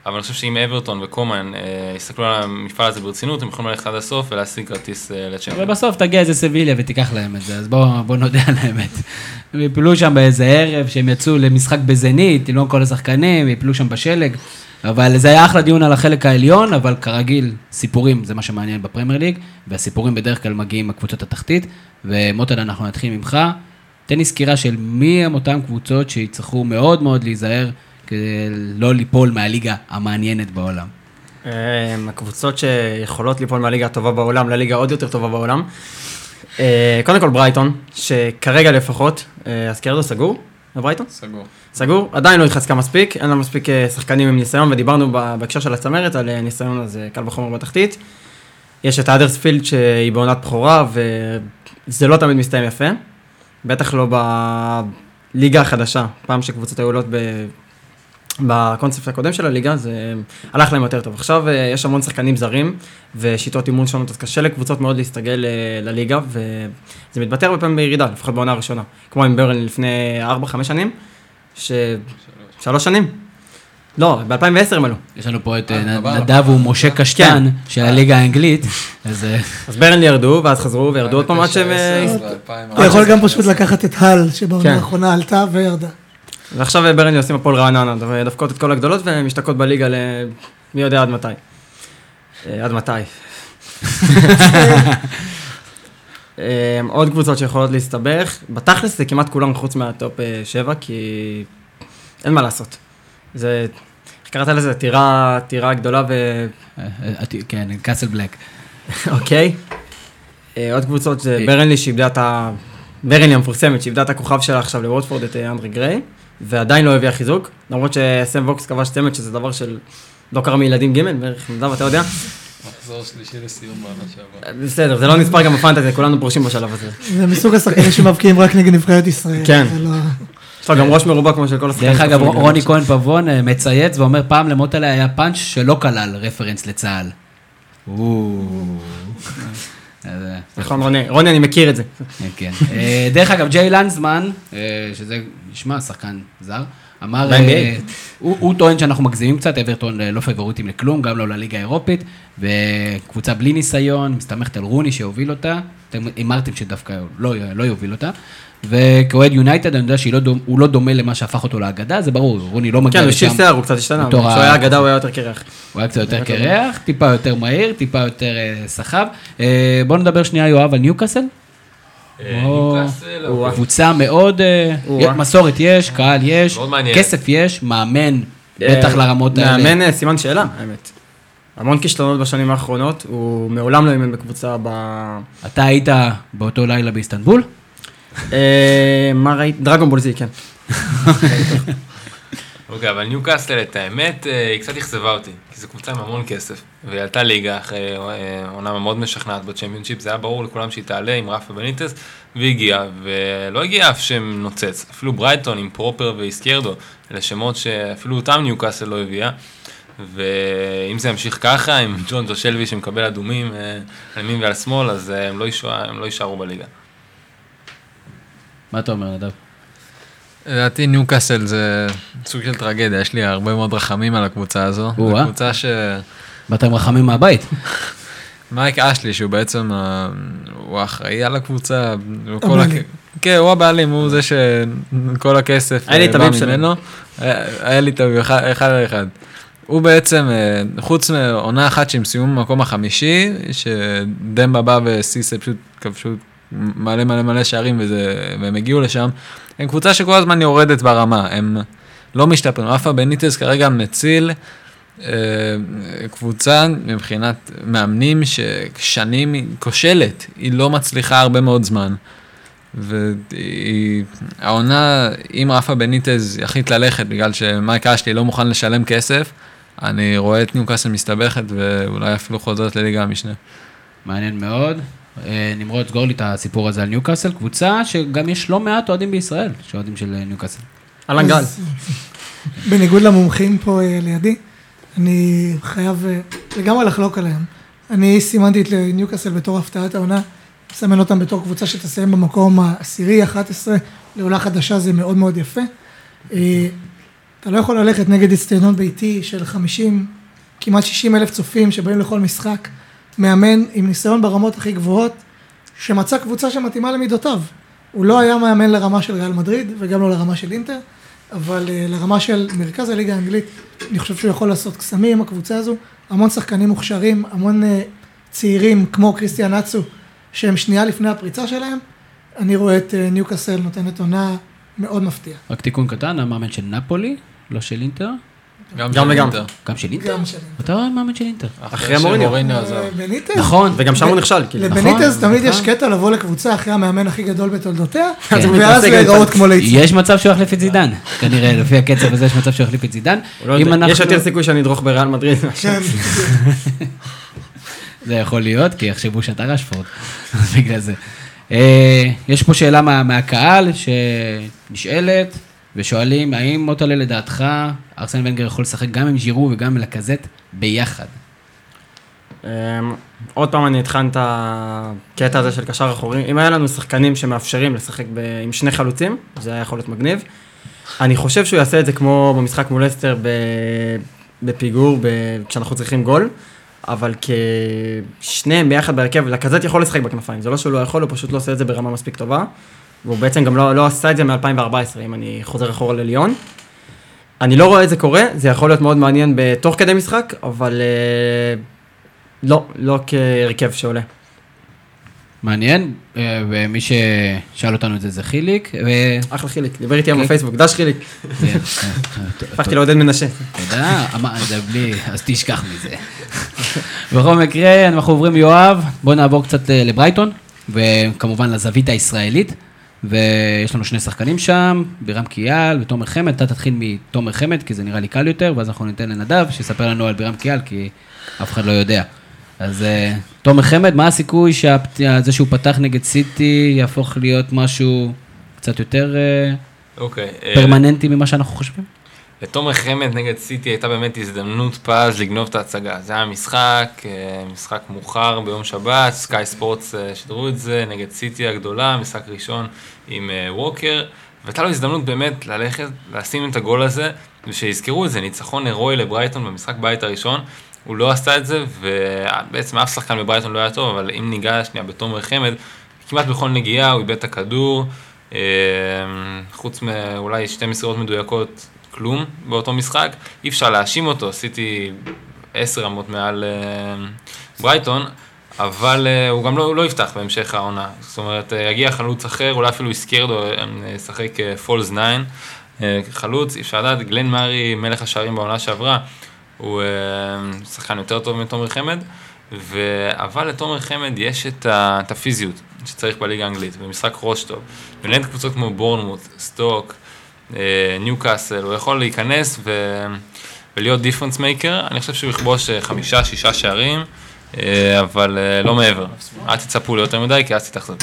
C: אבל אני חושב שאם אברטון וקומן יסתכלו על המפעל הזה ברצינות, הם יכולים ללכת עד הסוף ולהשיג כרטיס לצ'מפיונס.
A: ובסוף תגיע איזה סביליה ותיקח להם את זה, אז בואו נודה על האמת. הם יפלו שם באיזה ערב, שהם יצאו למשחק בזנית, לא כל השחקנים, יפלו שם בשלג, אבל זה היה אחלה דיון על החלק העליון, אבל כרגיל, סיפורים, זה מה שמעניין בפרמייר ליג, והסיפורים בדרך כלל מגיעים מהקבוצות התחתית, ומוטד, אנחנו נתחיל ממך. תן לי סקירה של מי הם אותם קבוצות שיצטרכו מאוד מאוד להיזהר, כדי לא ליפול מהליגה המעניינת בעולם.
B: הקבוצות שיכולות ליפול מהליגה הטובה בעולם, לליגה עוד יותר טובה בעולם. קודם כל ברייטון, שכרגע לפחות, הסקרדו סגור? בברייטון?
D: סגור.
B: סגור, עדיין לא התחזקה מספיק, אין לה מספיק שחקנים עם ניסיון, ודיברנו בהקשר של הצמרת על ניסיון, אז קל וחומר בתחתית. יש את האדרספילד שהיא בעונת בכורה, וזה לא תמיד מסתיים יפה. בטח לא בליגה החדשה, פעם שקבוצות היו עולות בקונספט הקודם של הליגה, זה הלך להם יותר טוב. עכשיו יש המון שחקנים זרים, ושיטות אימון שונות, אז קשה לקבוצות מאוד להסתגל לליגה, וזה מתבטא הרבה פעמים בירידה, לפחות בעונה הראשונה. כמו עם ברנלי לפני ארבע חמש שנים, ש... שלוש שנים. לא, ב-אלפיים ועשר הם עלו.
A: יש לנו פה את נדב ומשה קשטן של הליגה האנגלית, אז...
B: אז ברנלי ירדו, ואז חזרו, וירדו עוד פעם עד שהם...
E: אתה יכול גם פשוט לקחת את הל, שבעונה האחרונה עלתה וירדה.
B: ועכשיו ברנלי עושים הפועל רעננה, דווקאות את כל הגדולות, ומשתקות בליגה למי יודע עד מתי. עד מתי. עוד קבוצות שיכולות להסתבך, בתכלס זה כמעט כולם חוץ מהטופ שבע, כי אין מה לעשות. זה, איך קראת לזה? טירה, טירה גדולה ו...
A: כן, קאסל בלק.
B: אוקיי. עוד קבוצות זה ברנלי שאיבדה את ה... ברנלי המפורסמת שאיבדה את הכוכב שלה עכשיו לווטפורד, את אנדרי גריי, ועדיין לא הביאה חיזוק, למרות שסם ווקס כבש צמד, שזה דבר של... לא קרה מילדים ג' בערך, נדב, אתה יודע?
D: מחזור שלישי לסיום בעונה שעברה.
B: בסדר, זה לא נספר גם בפנטזיה, כולנו פורשים בשלב הזה.
E: זה מסוג השחקנים שמבקיעים רק נגד נבחרת ישראל.
B: כן. יש לו גם ראש מרובע כמו של כל השחקנים.
A: דרך אגב, רוני כהן פבון מצייץ ואומר, פעם למות עליה היה פאנץ' שלא כלל רפרנס לצה"ל.
B: נכון, רוני, רוני, אני מכיר את זה.
A: כן. דרך אגב, ג'יי לנזמן, שזה נשמע שחקן זר, אמר, הוא טוען שאנחנו מגזימים קצת, אברטון לא פייבוריטים לכלום, גם לא לליגה האירופית, וקבוצה בלי ניסיון, מסתמכת על רוני שהוביל אותה, אתם אמרתם שדווקא לא יוביל אותה, וכאוהד יונייטד, אני יודע שהוא לא דומה למה שהפך אותו להגדה, זה ברור, רוני לא מגיע
B: לשם. כן, הוא שיל שיער, הוא קצת השתנה, כשהוא היה אגדה הוא היה יותר קרח.
A: הוא היה קצת יותר קרח, טיפה יותר מהיר, טיפה יותר סחב. בואו נדבר שנייה, יואב, על ניוקאסל. קבוצה מאוד, מסורת יש, קהל יש, כסף יש, מאמן, בטח לרמות האלה.
B: מאמן סימן שאלה, האמת. המון כישלונות בשנים האחרונות, הוא מעולם לא אימן בקבוצה ב...
A: אתה היית באותו לילה באיסטנבול?
B: מה ראית? דרגון בול זי, כן.
C: אוקיי, אבל ניוקאסל, את האמת, היא קצת אכזבה אותי, כי זו קבוצה עם המון כסף, והיא עלתה ליגה אחרי עונה מאוד משכנעת בצ'מפיונשיפ, זה היה ברור לכולם שהיא תעלה עם רפה בניטס, והיא הגיעה, ולא הגיעה אף שם נוצץ, אפילו ברייטון עם פרופר ואיסקרדו, אלה שמות שאפילו אותם ניוקאסל לא הביאה, ואם זה ימשיך ככה, עם ג'ון ג'ושלוי שמקבל אדומים על ימין ועל שמאל, אז הם לא יישארו בליגה.
A: מה אתה אומר, נדב?
D: לדעתי ניוקאסל זה סוג של טרגדיה, יש לי הרבה מאוד רחמים על הקבוצה הזו. זו קבוצה ש...
A: באת עם רחמים מהבית.
D: מייק אשלי, שהוא בעצם, הוא אחראי על הקבוצה. כן, הוא הבעלים, הוא זה שכל הכסף
B: היה לי את הביב שלנו.
D: היה לי את הביב, אחד על אחד. הוא בעצם, חוץ מעונה אחת שהם סיימו במקום החמישי, שדמבה בא וסיסה פשוט כבשו מלא מלא מלא שערים והם הגיעו לשם, הם קבוצה שכל הזמן יורדת ברמה, הם לא משתפרים. רפה בניטס כרגע מציל קבוצה מבחינת מאמנים ששנים היא כושלת, היא לא מצליחה הרבה מאוד זמן. והעונה, אם רפה בניטס יחליט ללכת בגלל שמייק אשלי לא מוכן לשלם כסף, אני רואה את ניוקאסל מסתבכת ואולי אפילו חוזרת לליגה המשנה.
A: מעניין מאוד. נמרוד, סגור לי את הסיפור הזה על ניוקאסל, קבוצה שגם יש לא מעט אוהדים בישראל, שאוהדים של ניוקאסל.
B: אלן גל.
E: בניגוד למומחים פה לידי, אני חייב לגמרי לחלוק עליהם. אני סימנתי את ניוקאסל בתור הפתעת העונה, מסמן אותם בתור קבוצה שתסיים במקום העשירי, אחת עשרה, לעולה חדשה זה מאוד מאוד יפה. אתה לא יכול ללכת נגד אצטדיון ביתי של חמישים, כמעט שישים אלף צופים שבאים לכל משחק, מאמן עם ניסיון ברמות הכי גבוהות, שמצא קבוצה שמתאימה למידותיו. הוא לא היה מאמן לרמה של ריאל מדריד, וגם לא לרמה של אינטר, אבל uh, לרמה של מרכז הליגה האנגלית, אני חושב שהוא יכול לעשות קסמים עם הקבוצה הזו, המון שחקנים מוכשרים, המון uh, צעירים כמו קריסטיאן אצו, שהם שנייה לפני הפריצה שלהם, אני רואה את uh, ניוקאסל נותנת עונה מאוד מפתיע.
A: רק תיקון קטן, המאמן של נפולי, לא של אינטר.
B: גם וגם.
A: גם של אינטר?
E: גם של אינטר.
A: אתה רואה מאמן של אינטר.
B: אחרי המוריניו.
E: בניטז.
A: נכון.
B: וגם שם הוא נכשל. כאילו.
E: לבניטז תמיד יש קטע לבוא לקבוצה אחרי המאמן הכי גדול בתולדותיה,
B: אז הוא
E: ואז
B: מתעסק
E: להיראות כמו ליצי.
A: יש מצב שהוא יחליף את זידן. כנראה, לפי הקצב הזה יש מצב שהוא יחליף את זידן.
B: יש יותר סיכוי שאני אדרוך בריאל מדריד.
A: זה יכול להיות, כי יחשבו שאתה רשפורד. בגלל זה. יש פה שאלה מהקהל שנשאלת, ושואלים, האם מוטלה לדעתך, ארסן ונגר יכול לשחק גם עם ז'ירו וגם עם לקזט ביחד?
B: עוד פעם אני אתחן את הקטע הזה של קשר אחורי. אם היה לנו שחקנים שמאפשרים לשחק עם שני חלוצים, זה היה יכול להיות מגניב. אני חושב שהוא יעשה את זה כמו במשחק מול אסטר בפיגור, כשאנחנו צריכים גול, אבל כשניהם ביחד בהרכב, לקזט יכול לשחק בכנפיים. זה לא שהוא לא יכול, הוא פשוט לא עושה את זה ברמה מספיק טובה. והוא בעצם גם לא, לא עשה את זה מ-אלפיים וארבע עשרה, אם אני חוזר אחורה לליון. אני לא רואה את זה קורה, זה יכול להיות מאוד מעניין בתוך כדי משחק, אבל אה, לא, לא כרכב שעולה.
A: מעניין, ומי ששאל אותנו את זה זה חיליק. ו...
B: אחלה חיליק, דיבר איתי היום בפייסבוק, דש חיליק. הפכתי לעודד מנשה.
A: תודה, זה בלי, אז תשכח מזה. בכל מקרה, אנחנו עוברים יואב, בואו נעבור קצת לברייטון, וכמובן לזווית הישראלית. ויש לנו שני שחקנים שם, בירם קיאל ותומר חמד, אתה תתחיל מתומר חמד, כי זה נראה לי קל יותר, ואז אנחנו ניתן לנדב, שיספר לנו על בירם קיאל, כי אף אחד לא יודע. אז תומר חמד, מה הסיכוי שזה שהוא פתח נגד סיטי, יהפוך להיות משהו קצת יותר פרמננטי ממה שאנחנו חושבים?
C: לתומר חמד נגד סיטי הייתה באמת הזדמנות פז לגנוב את ההצגה. זה היה משחק, משחק מאוחר ביום שבת, סקאי ספורטס שדרו את זה, נגד סיטי הגדולה, משחק ראשון עם ווקר, והייתה לו הזדמנות באמת ללכת, לשים את הגול הזה, ושיזכרו את זה, ניצחון הירואי לברייטון במשחק בית הראשון, הוא לא עשה את זה, ובעצם אף שחקן בברייטון לא היה טוב, אבל אם ניגע שנייה בתומר חמד, כמעט בכל נגיעה הוא איבד את הכדור, חוץ מאולי שתי מסירות מדויקות, כלום באותו משחק, אי אפשר להאשים אותו, עשיתי עשר רמות מעל uh, ברייטון, אבל uh, הוא גם לא, הוא לא יפתח בהמשך העונה, זאת אומרת, uh, יגיע חלוץ אחר, אולי אפילו יזכיר לו, ישחק פולס ניין, uh, חלוץ, אי אפשר לדעת, גלן מארי, מלך השערים בעונה שעברה, הוא uh, שחקן יותר טוב מתומר חמד, ו... אבל לתומר חמד יש את, ה... את הפיזיות שצריך בליגה האנגלית, במשחק ראש טוב, ונהד קבוצות כמו בורנמוט, סטוק, ניוקאסל, הוא יכול להיכנס ו... ולהיות דיפרנס מייקר, אני חושב שהוא יכבוש חמישה, שישה שערים, אבל לא מעבר. אל תצפו ליותר מדי, כי אז תתאכזבו.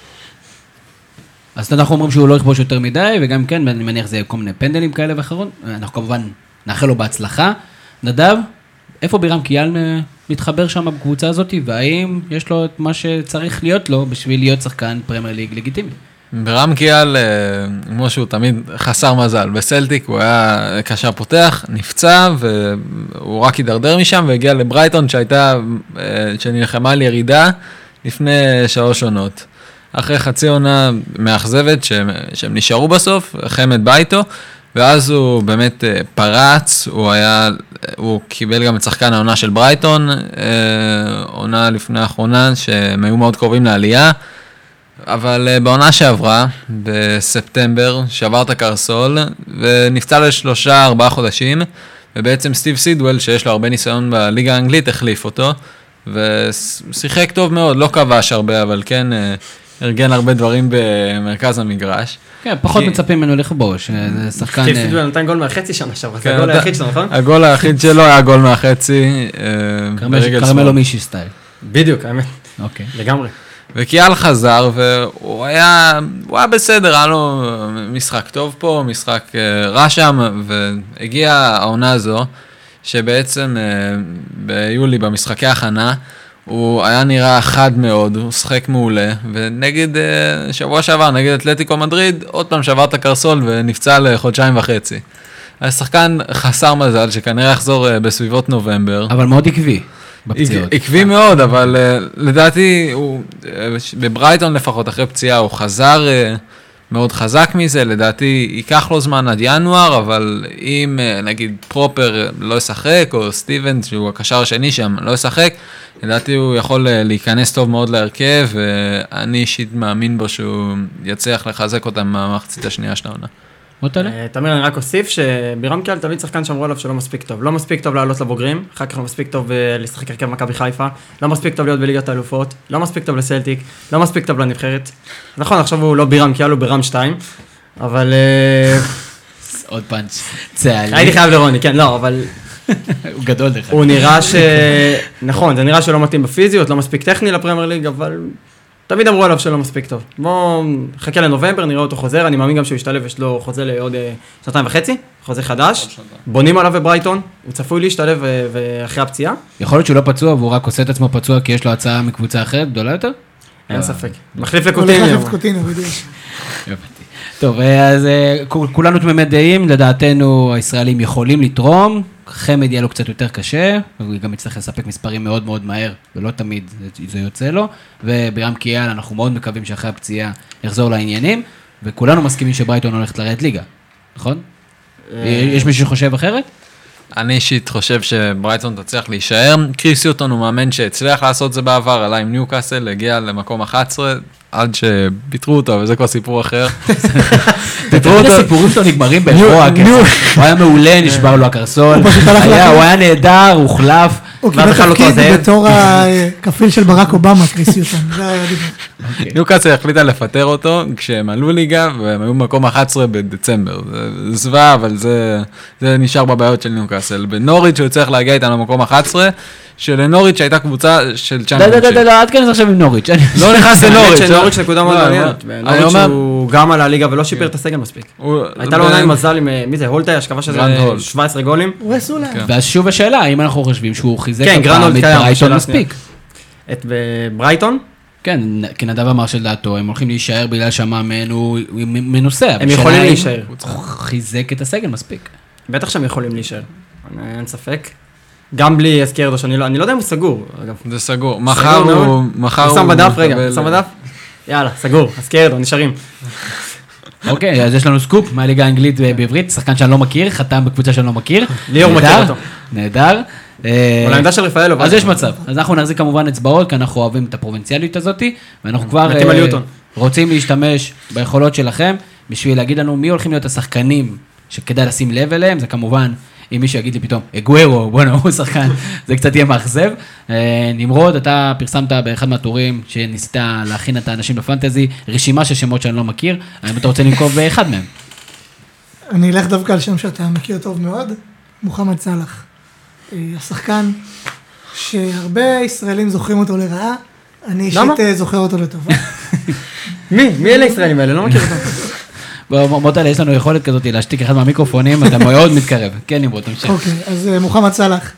A: אז אנחנו אומרים שהוא לא יכבוש יותר מדי, וגם כן, אני מניח זה כל מיני פנדלים כאלה ואחרון, אנחנו כמובן נאחל לו בהצלחה. נדב, איפה בירם קיאל מתחבר שם בקבוצה הזאת, והאם יש לו את מה שצריך להיות לו בשביל להיות שחקן פרמייר ליג לגיטימי?
D: בירם קיאל, כמו שהוא תמיד חסר מזל, בסלטיק הוא היה קשר פותח, נפצע, והוא רק הידרדר משם, והגיע לברייטון שהייתה, שנלחמה על ירידה לפני שלוש עונות. אחרי חצי עונה מאכזבת, שהם, שהם נשארו בסוף, חמד ביתו, ואז הוא באמת פרץ, הוא היה, הוא קיבל גם את שחקן העונה של ברייטון, עונה לפני האחרונה, שהם היו מאוד קרובים לעלייה, אבל בעונה שעברה, בספטמבר, שבר את הקרסול, ונפצע לשלושה, ארבעה חודשים, ובעצם סטיב סידוול, שיש לו הרבה ניסיון בליגה האנגלית, החליף אותו, ושיחק טוב מאוד, לא כבש הרבה, אבל כן ארגן הרבה דברים במרכז המגרש.
A: כן, פחות מצפים ממנו לכבוש, זה שחקן...
B: סטיב סידוול נתן גול מהחצי שנה שעברה, זה הגול היחיד שלו, נכון?
D: הגול היחיד שלו היה גול מהחצי,
A: קרמלו מישי סטייל.
B: בדיוק, האמת.
A: אוקיי.
B: לגמרי.
D: וקיאל חזר, והוא היה, הוא היה בסדר, היה לו משחק טוב פה, משחק רע שם, והגיע העונה הזו, שבעצם ביולי במשחקי הכנה, הוא היה נראה חד מאוד, הוא שחק מעולה, ונגד, שבוע שעבר, נגד אתלטיקו מדריד, עוד פעם שבר את הקרסול ונפצע לחודשיים וחצי. השחקן חסר מזל, שכנראה יחזור בסביבות נובמבר.
A: אבל מאוד עקבי בפציעות.
D: עקבי מאוד, אבל לדעתי, בברייטון לפחות, אחרי פציעה, הוא חזר מאוד חזק מזה, לדעתי ייקח לו זמן עד ינואר, אבל אם נגיד פרופר לא ישחק, או סטיבן, שהוא הקשר השני שם, לא ישחק, לדעתי הוא יכול להיכנס טוב מאוד להרכב, ואני אישית מאמין בו שהוא יצליח לחזק אותם מהמחצית השנייה של העונה.
B: תמיר, אני רק אוסיף שבירם קיאל תמיד שחקן שאמרו עליו שלא מספיק טוב. לא מספיק טוב לעלות לבוגרים, אחר כך לא מספיק טוב לשחק הרכב מכבי חיפה, לא מספיק טוב להיות בליגת האלופות, לא מספיק טוב לסלטיק, לא מספיק טוב לנבחרת. נכון, עכשיו הוא לא בירם קיאל, הוא בירם שתיים, אבל...
A: עוד פאנץ' צהלי.
B: הייתי חייב לרוני, כן, לא, אבל...
A: הוא גדול דרך.
B: הוא נראה ש... נכון, זה נראה שלא מתאים בפיזיות, לא מספיק טכני לפרמייר ליג, אבל... תמיד אמרו עליו שלא מספיק טוב. בואו חכה לנובמבר, נראה אותו חוזר, אני מאמין גם שהוא ישתלב, יש לו חוזה לעוד שנתיים וחצי, חוזה חדש, בונים עליו בברייטון, הוא צפוי להשתלב אחרי הפציעה.
A: יכול להיות שהוא לא פצוע, והוא רק עושה את עצמו פצוע, כי יש לו הצעה מקבוצה אחרת, גדולה יותר?
B: אין ספק. מחליף לקוטיניו.
E: הולך להחליף קוטיניו, בדיוק.
A: טוב, אז כולנו תמימי דעים, לדעתנו הישראלים יכולים לתרום, חמד יהיה לו קצת יותר קשה, הוא גם יצטרך לספק מספרים מאוד מאוד מהר, ולא תמיד זה יוצא לו, ובירם קיאל אנחנו מאוד מקווים שאחרי הפציעה יחזור לעניינים, וכולנו מסכימים שברייטון הולכת לרדת ליגה, נכון? יש מישהו שחושב אחרת?
D: אני אישית חושב שברייטון תצליח להישאר, קריס יוטון הוא מאמן שהצליח לעשות זה בעבר, עלה עם ניוקאסל, הגיע למקום אחת עשרה, עד שביטרו אותו, וזה כבר סיפור אחר.
A: ביטרו אותו. הסיפורים שלו נגמרים באירוע, הוא היה מעולה, נשבר לו הקרסול, הוא היה נהדר, הוא חלף.
E: הוא קיבל תפקיד בתור הכפיל של ברק אובמה, קריס יוטון, זה היה דיבר.
D: ניוקאסל החליטה לפטר אותו, כשהם עלו ליגה, והם היו במקום אחת עשרה בדצמבר. זה זווה, אבל זה נשאר בבעיות של ניוקאסל. בנוריץ' הוא צריך להגיע איתנו למקום אחת עשרה, שלנוריץ' הייתה קבוצה של צ'אמפיונשיפ.
A: לא, לא, לא, עד כאן עכשיו עם נוריץ'.
D: לא נכנס לנוריץ'.
B: נוריץ' נקודה מאוד מעניינת. נוריץ' הוא גם על הליגה ולא שיפר את הסגל מספיק. הייתה לו עונה עם מזל עם, מי זה, הולטאי, השקפה שזה שבע עשרה גולים.
E: הוא עשו להם.
A: ואז שוב השאלה, האם אנחנו חושבים שהוא חיזק
B: את
A: ברייטון מספיק?
B: את ברייטון?
A: כן, כי נדב אמר של דעתו, הם הולכים להישאר בגלל שהמאמן הוא מנוסה.
B: הם יכולים להישאר.
A: הוא חיזק את הסגל מספיק.
B: בטח שהם יכולים להישאר, אין ספק. גם בלי אסקרדו, שאני לא, אני לא יודע אם הוא סגור, אגב.
D: זה סגור. מחר הוא... מחר הוא...
B: שם בדף, רגע, שם בדף? יאללה, סגור, אסקרדו, נשארים.
A: אוקיי, אז יש לנו סקופ מהליגה האנגלית בעברית, שחקן שאני לא מכיר, חתם בקבוצה שאני לא מכיר.
B: ליאור מכיר אותו.
A: נהדר.
B: אבל העמדה של רפאלו.
A: אז יש מצב. אז אנחנו נחזיק כמובן אצבעות, כי אנחנו אוהבים את הפרובינציאליות הזאת, ואנחנו כבר רוצים להשתמש ביכולות שלכם, בשביל להגיד לנו מי הולכים להיות השחקנים שכדאי לשים לב אליהם, זה כמובן, אם מישהו יגיד לי פתאום, אגוארו, בואו נאמר, הוא שחקן, זה קצת יהיה מאכזב. נמרוד, אתה פרסמת באחד מהטורים שניסית להכין את האנשים לפנטזי, רשימה של שמות שאני לא מכיר, האם אתה רוצה לנקוב באחד מהם?
E: אני אלך דווקא על שם שאתה מכיר טוב מאוד, מוחמד סלאח. השחקן שהרבה ישראלים זוכרים אותו לרעה, אני אישית זוכר אותו לטובה.
B: מי? מי אלה ישראלים האלה? לא מכיר אותם.
A: במוטלה, יש לנו יכולת כזאת להשתיק אחד מהמיקרופונים, אתה מאוד מתקרב. כן, נמרוד, תמשיך.
E: אוקיי, אז מוחמד סלאח,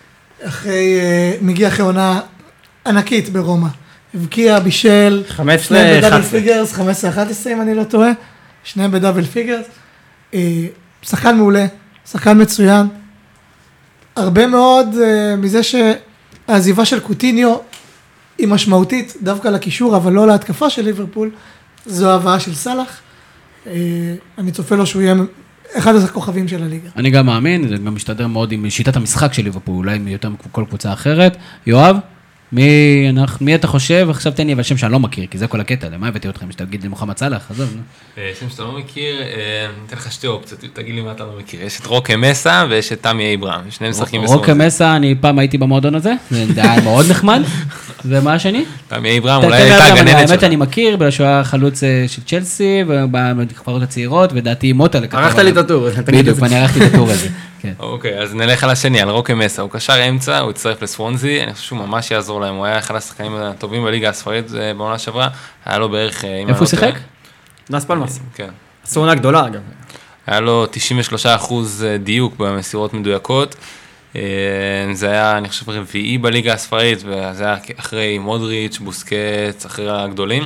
E: מגיע אחרי עונה ענקית ברומא. הבקיע בישל,
B: חמש עשרה
E: בדאבל פיגרס, חמש עשרה אחת עשרה אם אני לא טועה, שניהם בדאבל פיגרס. שחקן מעולה, שחקן מצוין. הרבה מאוד מזה שהעזיבה של קוטיניו היא משמעותית דווקא לקישור, אבל לא להתקפה של ליברפול, זו הבאה של סלאח. אני צופה לו שהוא יהיה אחד הכוכבים של הליגה.
A: אני גם מאמין, זה גם משתדר מאוד עם שיטת המשחק של ליברפול, אולי יותר מכל קבוצה אחרת. יואב, מי, מי אתה חושב? עכשיו תן לי אבל שם שאני לא מכיר, כי זה כל הקטע, למה הבאתי אתכם? שתגיד לי מוחמד סלאח, עזוב, נו.
C: שם שאתה לא מכיר, ניתן לך שתי אופציות, תגיד לי מה אתה לא מכיר. יש את רוקה מסה ויש את תמי אברהם, שני משחקים בסוף.
A: רוקה מסה, אני פעם הייתי במועדון הזה, זה היה מאוד נחמד. ומה השני?
C: תמי אברהם, אולי הייתה הגננת שלך.
A: האמת שאני מכיר, בגלל שהוא היה חלוץ של צ'לסי, ובחברות הצעירות, ודעתי מוטה לכתב.
B: ערכת לי את הטור.
A: בדיוק, ואני ערכתי את הטור הזה.
C: אוקיי, אז נלך על השני, על רוקה מסה. הוא קשר אמצע, הוא הצטרף לסוונזי, אני חושב שהוא ממש יעזור להם, הוא היה אחד השחקנים הטובים בליגה הספרדית בעונה שעברה, היה לו בערך...
A: איפה הוא שיחק?
B: נס פלמאס.
C: כן.
B: עשו עונה גדולה, אגב.
C: היה לו תשעים ושלושה אחוז דיוק במסירות מדויקות, זה היה, אני חושב, רביעי בליגה הספרדית, וזה היה אחרי מודריץ', בוסקץ, אחרי הגדולים.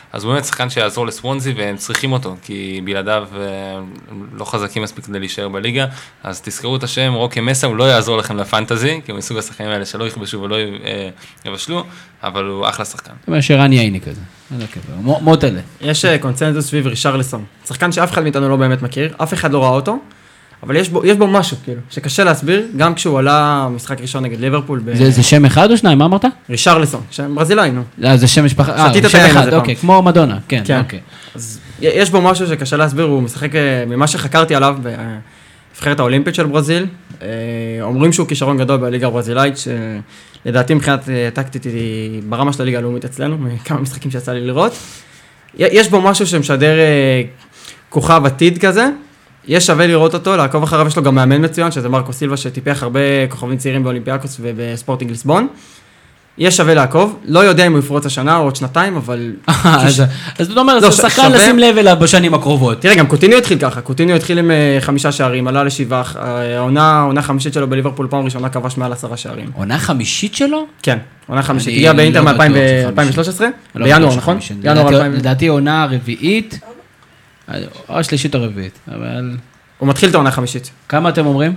C: אז הוא באמת שחקן שיעזור לסוונזי, והם צריכים אותו, כי בלעדיו לא חזקים מספיק כדי להישאר בליגה, אז תזכרו את השם, רוקי מסה, הוא לא יעזור לכם לפנטזי, כי הוא מסוג השחקנים האלה שלא יכבשו ולא יבשלו, אבל הוא אחלה שחקן.
A: זאת אומרת שרן יעיני כזה, מות אלה.
B: יש קונצנזוס סביב רישרליסון, שחקן שאף אחד מאיתנו לא באמת מכיר, אף אחד לא ראה אותו, אבל יש בו, יש בו משהו, כאילו, שקשה להסביר, גם כשהוא עלה משחק ראשון נגד ליברפול. ב...
A: זה, זה שם אחד או שניים, מה אמרת?
B: רישרליסון, שם ברזילאי, נו.
A: לא, זה שם משפחה, אה, שם אחד, אוקיי, כמו מדונה, כן,
B: כן.
A: אוקיי.
B: אז יש בו משהו שקשה להסביר, הוא משחק, ממה שחקרתי עליו, בנבחרת האולימפית של ברזיל, אומרים שהוא כישרון גדול בליגה הברזילאית, שלדעתי מבחינת טקטית היא ברמה של הליגה הלאומית אצלנו, מכמה משחקים שיצא לי לראות. יש בו משהו שמשדר כוכב עתיד כזה, יש שווה לראות אותו, לעקוב אחריו, יש לו גם מאמן מצוין, שזה מרקו סילבה, שטיפח הרבה כוכבים צעירים באולימפיאקוס ובספורטינג ליסבון. יש שווה לעקוב, לא יודע אם הוא יפרוץ השנה או עוד שנתיים, אבל...
A: אז זאת אומרת, זה שחקן לשים לב אליו בשנים הקרובות.
B: תראה, גם קוטיניו התחיל ככה, קוטיניו התחיל עם חמישה שערים, עלה לשבעה, העונה חמישית שלו בליברפול, פעם ראשונה כבש מעל עשרה שערים.
A: עונה חמישית שלו?
B: כן, עונה חמישית, הגיע באינטר מ-אלפיים ושלוש עשרה, בינואר, נכון?
A: לדעתי עונה רביעית, או השלישית או רביעית, אבל...
B: הוא מתחיל את העונה החמישית.
A: כמה אתם אומרים?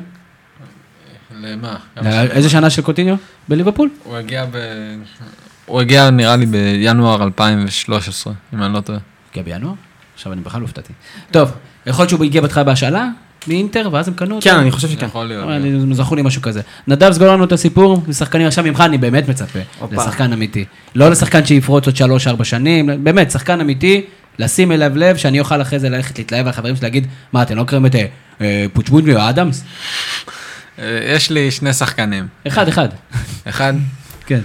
D: למה?
A: איזה שנה של קוטיניו? בליברפול?
D: הוא הגיע ב... הוא הגיע נראה לי בינואר אלפיים ושלוש עשרה, אם אני לא טועה.
A: הגיע בינואר? עכשיו אני בכלל הופתעתי. טוב, יכול להיות שהוא הגיע בתחילה בהשאלה, באינטר, ואז הם קנו אותו?
B: כן, אני חושב שכן.
D: יכול להיות.
A: זכו לי משהו כזה. נדב, סגור לנו את הסיפור, לשחקנים עכשיו ממך, אני באמת מצפה לשחקן אמיתי. לא לשחקן שיפרוץ עוד שלוש, ארבע שנים, באמת, שחקן אמיתי, לשים אליו לב, שאני אוכל אחרי זה ללכת להתלהב על החברים שלי, להגיד, מה, אתם לא קוראים את פוצ'בוטלי או אדמס?
D: יש לי שני שחקנים.
A: אחד, אחד.
D: אחד?
A: כן.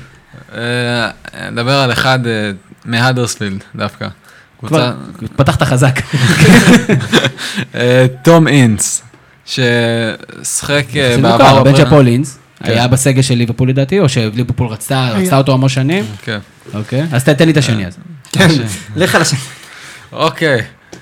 D: נדבר על אחד מהדרספילד דווקא.
A: כבר, פתחת חזק.
D: תום אינס, ששחק
A: בעבר... בן של פול אינס, היה בסגל של ליברפול לדעתי, או שליברפול רצתה אותו המון שנים?
D: כן.
A: אוקיי, אז תתן לי את השני אז.
B: כן, לך על השני.
D: אוקיי.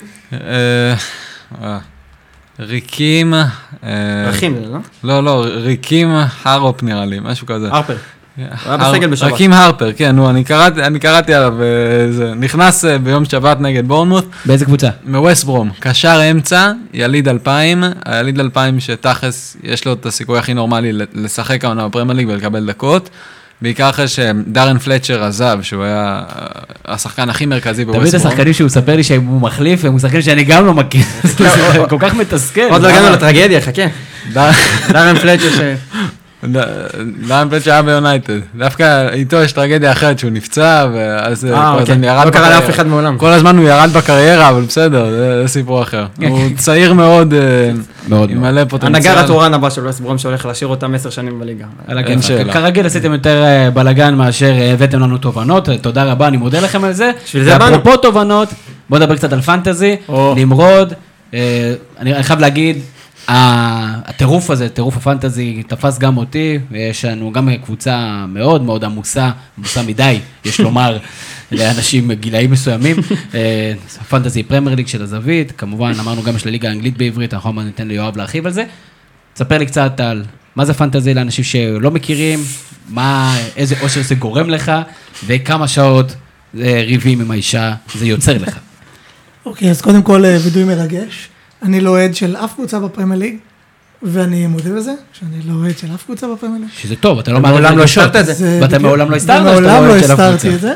D: ריקים...
B: רכים, לא?
D: לא, לא, ריקים הרופ נראה לי, משהו כזה.
B: הרפר. הוא היה בסגל בשבת.
D: ריקים הרפר, כן, נו, אני קראתי עליו, נכנס ביום שבת נגד בורנמות'.
A: באיזה קבוצה?
D: מווסט ברום, קשר אמצע, יליד אלפיים, היליד אלפיים שתכלס יש לו את הסיכוי הכי נורמלי לשחק העונה בפרמייר ליג ולקבל דקות. בעיקר אחרי שדארן פלצ'ר עזב, שהוא היה השחקן הכי מרכזי בווסט ברום.
A: תמיד השחקנים שהוא מספר לי שהוא מחליף, הם שחקנים שאני גם לא מכיר. זה כל כך מתסכל.
B: עוד לא הגענו לטרגדיה, חכה. דארן פלצ'ר ש...
D: דארן פלצ'ר היה ביונייטד. דווקא איתו יש טרגדיה אחרת שהוא נפצע, ואז כל הזמן ירד...
B: לא קרה לאף אחד מעולם.
D: כל הזמן הוא ירד בקריירה, אבל בסדר, זה סיפור אחר. הוא צעיר מאוד, עם מלא פוטנציאל.
B: הנגר התורן הבא של ווסט ברום שהולך להשאיר אותם עשר שנים בליגה.
A: כרגיל עשיתם יותר בלגן מאשר הבאתם לנו תובנות, תודה רבה, אני מודה לכם על זה. ואפרופו תובנות, בואו נדבר קצת על פנטזי, נמרוד, אני חייב להגיד, הטירוף הזה, טירוף הפנטזי, תפס גם אותי, ויש לנו גם קבוצה מאוד מאוד עמוסה, עמוסה מדי, יש לומר, לאנשים גילאים מסוימים, הפנטזי פרמייר ליג של הזווית, כמובן אמרנו גם יש לליגה האנגלית בעברית, אנחנו ניתן ליואב להרחיב על זה. תספר לי קצת על מה זה פנטזי לאנשים שלא מכירים, מה, איזה אושר זה גורם לך, וכמה שעות ריבים עם האישה זה יוצר לך.
E: אוקיי, אז קודם כל וידוי מרגש. אני לא אוהד של אף קבוצה בפרמייר ליג, ואני מודה בזה, שאני לא אוהד של אף קבוצה בפרמייר ליג.
A: שזה טוב, אתה לא מעולם לא הסתרת את זה. ואתה מעולם לא הסתרת,
E: מעולם לא הסתרתי את זה.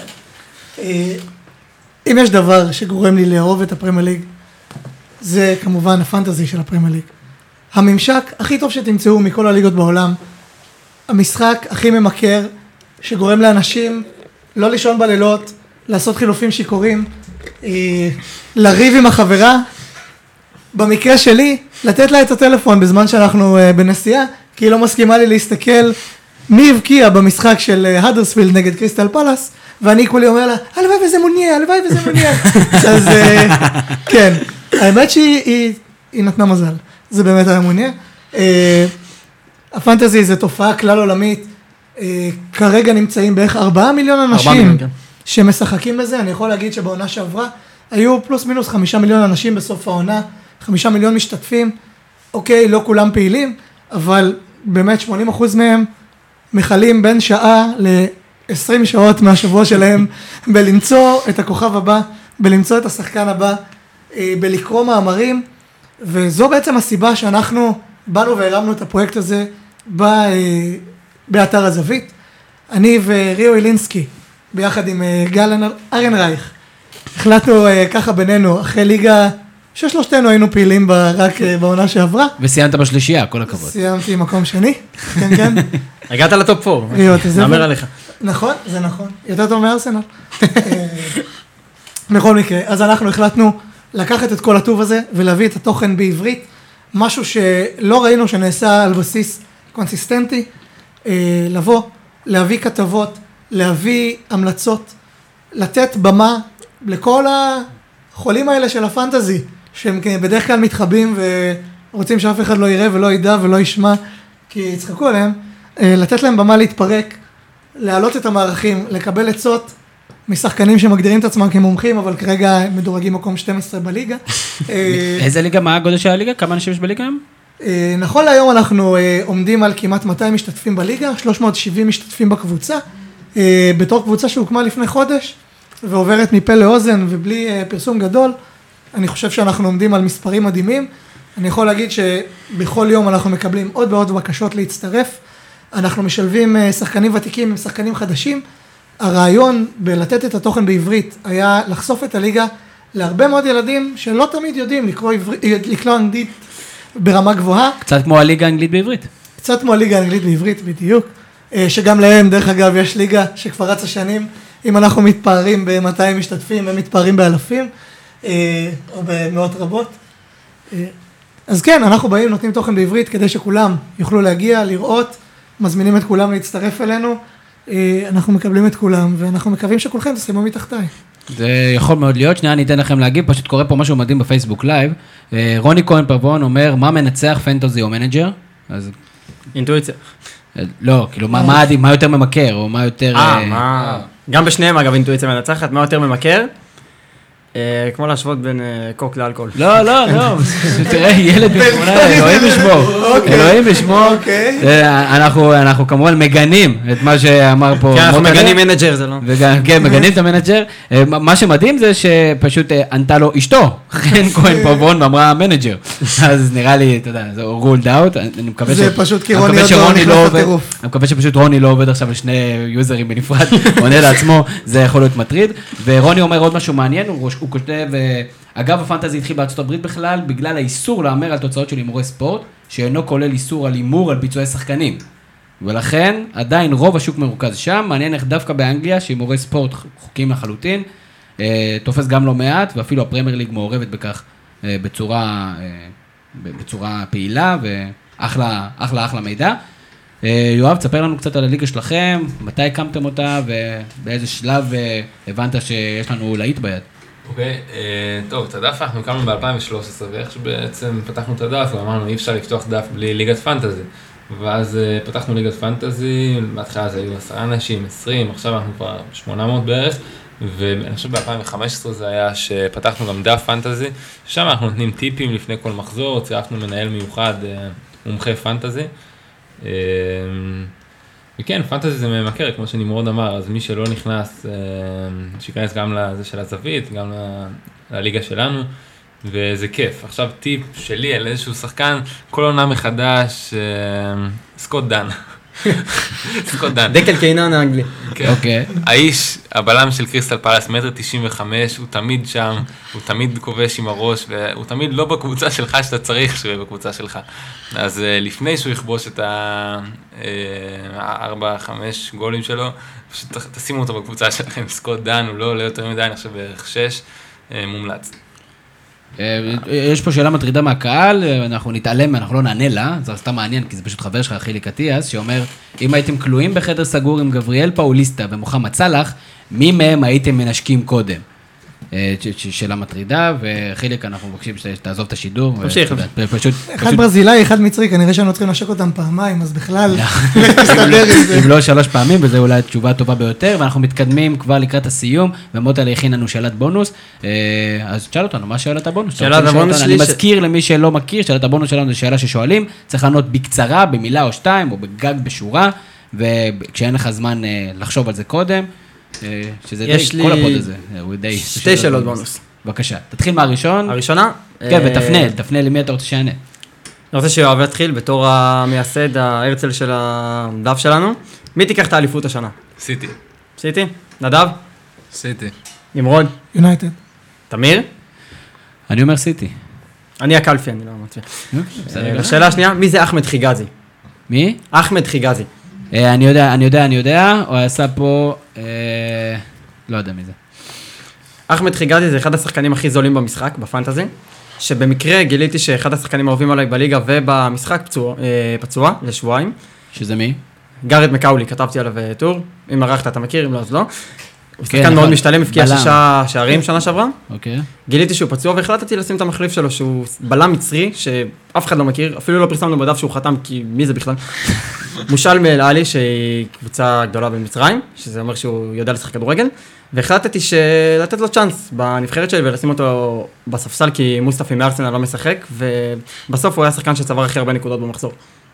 E: אם יש דבר שגורם לי לאהוב את הפרמייר ליג, זה כמובן הפנטזי של הפרמייר ליג. הממשק הכי טוב שתמצאו מכל הליגות בעולם, המשחק הכי ממכר, שגורם לאנשים לא לישון בלילות, לעשות חילופים שיכורים, לריב עם החברה, במקרה שלי, לתת לה את הטלפון בזמן שאנחנו uh, בנסיעה, כי היא לא מסכימה לי להסתכל מי הבקיע במשחק של הדרספילד נגד קריסטל פלאס, ואני כולי אומר לה, הלוואי וזה מוניה, הלוואי וזה מוניה. אז uh, כן, האמת שהיא היא, היא נתנה מזל, זה באמת היה מוניה. Uh, הפנטזי זה תופעה כלל עולמית, uh, כרגע נמצאים בערך ארבעה מיליון אנשים שמשחקים בזה, אני יכול להגיד שבעונה שעברה, היו פלוס מינוס חמישה מיליון אנשים בסוף העונה, חמישה מיליון משתתפים, אוקיי, לא כולם פעילים, אבל באמת שמונים אחוז מהם מחלים בין שעה ל-עשרים שעות מהשבוע שלהם בלמצוא את הכוכב הבא בלמצוא את השחקן הבא, בלקרוא מאמרים, וזו בעצם הסיבה שאנחנו באנו והרמנו את הפרויקט הזה באתר הזווית. אני וריו אילינסקי, ביחד עם גל ארנרייך, החלטנו ככה בינינו, אחרי ליגה ששלושתנו היינו פעילים בה רק בעונה שעברה.
A: וסיימת בשלישייה, כל הכבוד.
E: סיימתי מקום שני, כן, כן.
B: הגעת לטופ פור, נאמר עליך.
E: נכון, זה נכון, יותר טוב מארסנל. בכל מקרה, אז אנחנו החלטנו לקחת את כל הטוב הזה ולהביא את התוכן בעברית, משהו שלא ראינו שנעשה על בסיס קונסיסטנטי, לבוא, להביא כתבות, להביא המלצות, לתת במה לכל החולים האלה של הפנטזי, שהם בדרך כלל מתחבאים ורוצים שאף אחד לא יראה ולא ידע ולא ישמע, כי יצחקו עליהם, לתת להם במה להתפרק, להעלות את המערכים, לקבל עצות משחקנים שמגדירים את עצמם כמומחים, אבל כרגע מדורגים מקום שתים עשרה בליגה.
A: איזה ליגה? מה הגודל של הליגה? כמה אנשים יש בליגה היום?
E: נכון להיום אנחנו עומדים על כמעט מאתיים משתתפים בליגה, שלוש מאות שבעים משתתפים בקבוצה, בתור קבוצה שהוקמה לפני חודש, ועוברת מפה לאוזן ובלי פרסום גדול. אני חושב שאנחנו עומדים על מספרים מדהימים. אני יכול להגיד שבכל יום אנחנו מקבלים עוד ועוד בקשות להצטרף. אנחנו משלבים שחקנים ותיקים עם שחקנים חדשים. הרעיון בלתת את התוכן בעברית היה לחשוף את הליגה להרבה מאוד ילדים שלא תמיד יודעים לקרוא, עברית, לקרוא אנגלית ברמה גבוהה.
A: קצת כמו הליגה האנגלית בעברית.
E: קצת כמו הליגה האנגלית בעברית, בדיוק. שגם להם, דרך אגב, יש ליגה שכבר רצה שנים. אם אנחנו מתפארים ב-מאתיים משתתפים, הם מתפארים באלפים, או במאות רבות. אז כן, אנחנו באים, נותנים תוכן בעברית כדי שכולם יוכלו להגיע, לראות, מזמינים את כולם להצטרף אלינו. אנחנו מקבלים את כולם, ואנחנו מקווים שכולכם תסיימו מתחתיי.
A: זה יכול מאוד להיות, שנייה אני אתן לכם להגיב, פשוט קורה פה משהו מדהים בפייסבוק לייב. רוני כהן פרבון אומר, מה מנצח פנטזי או מנג'ר? אז...
B: אינטואיציה.
A: לא, כאילו, מה עדיף, מה יותר ממכר, או מה יותר...
B: אה, מה... גם בשניהם, אגב, אינטואיציה מנצחת, מה יותר ממכר? כמו להשוות בין קוק לאלכוהול.
A: לא, לא, לא, תראה, ילד בתמונה, אלוהים ישמור, אלוהים ישמור, אנחנו כמובן מגנים את מה שאמר פה.
B: כן, אנחנו מגנים מנג'ר, זה לא.
A: כן, מגנים את המנג'ר. מה שמדהים זה שפשוט ענתה לו אשתו, חן כהן פרבון, ואמרה מנג'ר. אז נראה לי, אתה יודע, זה ruled out, אני מקווה ש...
E: זה פשוט כי רוני עוד לא נכנס לטירוף.
A: אני מקווה שפשוט רוני לא עובד עכשיו על שני יוזרים בנפרד, עונה לעצמו, זה יכול להיות מטריד. ורוני אומר עוד משהו מעניין, הוא כותב, אגב, הפנטזי התחיל בארצות הברית בכלל, בגלל האיסור לאמר על תוצאות של הימורי ספורט, שאינו כולל איסור על הימור על ביצועי שחקנים. ולכן, עדיין רוב השוק מרוכז שם, מעניין איך דווקא באנגליה, שהימורי ספורט חוקיים לחלוטין, תופס גם לא מעט, ואפילו הפרמייר ליג מעורבת בכך בצורה, בצורה פעילה, ואחלה, אחלה, אחלה מידע. יואב, תספר לנו קצת על הליגה שלכם, מתי הקמתם אותה, ובאיזה שלב הבנת שיש לנו להיט ביד.
C: אוקיי, טוב, את הדף אנחנו הקמנו ב-אלפיים ושלוש עשרה, ואיך שבעצם פתחנו את הדף, ואמרנו אי אפשר לפתוח דף בלי ליגת פנטזי. ואז פתחנו ליגת פנטזי, בהתחלה זה היו עשרה אנשים, עשרים, עכשיו אנחנו כבר שמונה מאות בערך, ואני חושב ב-אלפיים וחמש עשרה זה היה שפתחנו גם דף פנטזי, ששם אנחנו נותנים טיפים לפני כל מחזור, צירפנו מנהל מיוחד, מומחה פנטזי. וכן, פנטזי זה ממכר, כמו שנמרוד אמר, אז מי שלא נכנס, שיכנס גם לזה של הזווית, גם לליגה שלנו, וזה כיף. עכשיו טיפ שלי על איזשהו שחקן, כל עונה מחדש, סקוט דן. סקוט דן.
B: דקל קיינן האנגלי.
A: אוקיי.
C: האיש, הבלם של קריסטל פלאס, מטר תשעים וחמש, הוא תמיד שם, הוא תמיד כובש עם הראש, והוא תמיד לא בקבוצה שלך שאתה צריך שהוא יהיה בקבוצה שלך. אז לפני שהוא יכבוש את הארבע, חמש גולים שלו, פשוט תשימו אותו בקבוצה שלכם, סקוט דן, הוא לא עולה יותר מדי, אני חושב בערך שש, מומלץ.
A: יש פה שאלה מטרידה מהקהל, אנחנו נתעלם, אנחנו לא נענה לה, זה סתם מעניין, כי זה פשוט חבר שלך, חיליק אטיאס, שאומר, אם הייתם כלואים בחדר סגור עם גבריאל פאוליסטה ומוחמד סלאח, מי מהם הייתם מנשקים קודם? שאלה מטרידה, וחיליק, אנחנו מבקשים שתעזוב את השידור.
B: תמשיך.
E: אחד ברזילאי, אחד מצרי, כנראה שאנו צריכים לשק אותם פעמיים, אז בכלל, תסתדר עם זה.
A: אם לא שלוש פעמים, וזו אולי התשובה הטובה ביותר, ואנחנו מתקדמים כבר לקראת הסיום, ומוטל הכין לנו שאלת בונוס, אז תשאל אותנו, מה שאלת הבונוס?
B: שאלת הבונוס שלי...
A: אני מזכיר למי שלא מכיר, שאלת הבונוס שלנו זו שאלה ששואלים, צריך לענות בקצרה, במילה או שתיים, או בגג בשורה, וכשאין לך זמן לחשוב על זה קודם, שזה די,
B: יש לי
A: כל הפוד הזה, הוא די...
B: שתי שאלות בונוס.
A: בבקשה, תתחיל מהראשון.
B: הראשונה?
A: כן, ותפנה, תפנה למי אתה רוצה שיענה.
B: אני רוצה שיואב יתחיל בתור המייסד, ההרצל של הדף שלנו. מי תיקח את האליפות השנה?
C: סיטי.
B: סיטי? נדב?
D: סיטי.
B: נמרוד?
E: יונייטד.
B: תמיר?
A: אני אומר סיטי.
B: אני הקלפי, אני לא מצביע.
A: בסדר.
B: לשאלה השנייה, מי זה אחמד חיגזי?
A: מי?
B: אחמד חיגזי.
A: אה, אני יודע, אני יודע, אני יודע, הוא עשה פה, אה, לא יודע מי זה.
B: אחמד חיגזי זה אחד השחקנים הכי זולים במשחק, בפנטזי, שבמקרה גיליתי שאחד השחקנים האהובים עליי בליגה ובמשחק פצוע, אה, פצוע לשבועיים.
A: שזה מי?
B: גארד מקאולי, כתבתי עליו טור, אם ערכת אתה מכיר, אם לא אז לא. הוא
A: כן,
B: שחקן
A: נכון.
B: מאוד משתלם, הבקיע
A: בלם.
B: שישה שערים שנה שעברה.
A: אוקיי.
B: גיליתי שהוא פצוע והחלטתי לשים את המחליף שלו, שהוא בלם מצרי, שאף אחד לא מכיר, אפילו לא פרסמנו בדף שהוא חתם, כי מי זה בכלל? מושל מאל-עלי, שהיא קבוצה גדולה במצרים, שזה אומר שהוא יודע לשחק כדורגל, והחלטתי לתת לו צ'אנס בנבחרת שלי ולשים אותו בספסל, כי מוסטפי מארסנל לא משחק, ובסוף הוא היה שחקן שצבר הכי הרבה נקודות במחזור.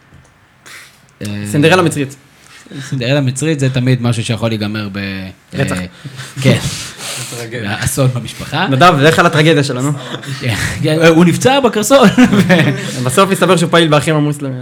A: אה,
B: סינדרלה מצרית.
A: סינדרלה מצרית זה תמיד משהו שיכול להיגמר ב...
B: רצח.
A: אה, כן. אסון במשפחה.
B: נדב, לך על הטרגדיה שלנו.
A: כן, הוא נפצע בקרסול.
B: בסוף מסתבר שהוא פעיל באחים המוסלמים.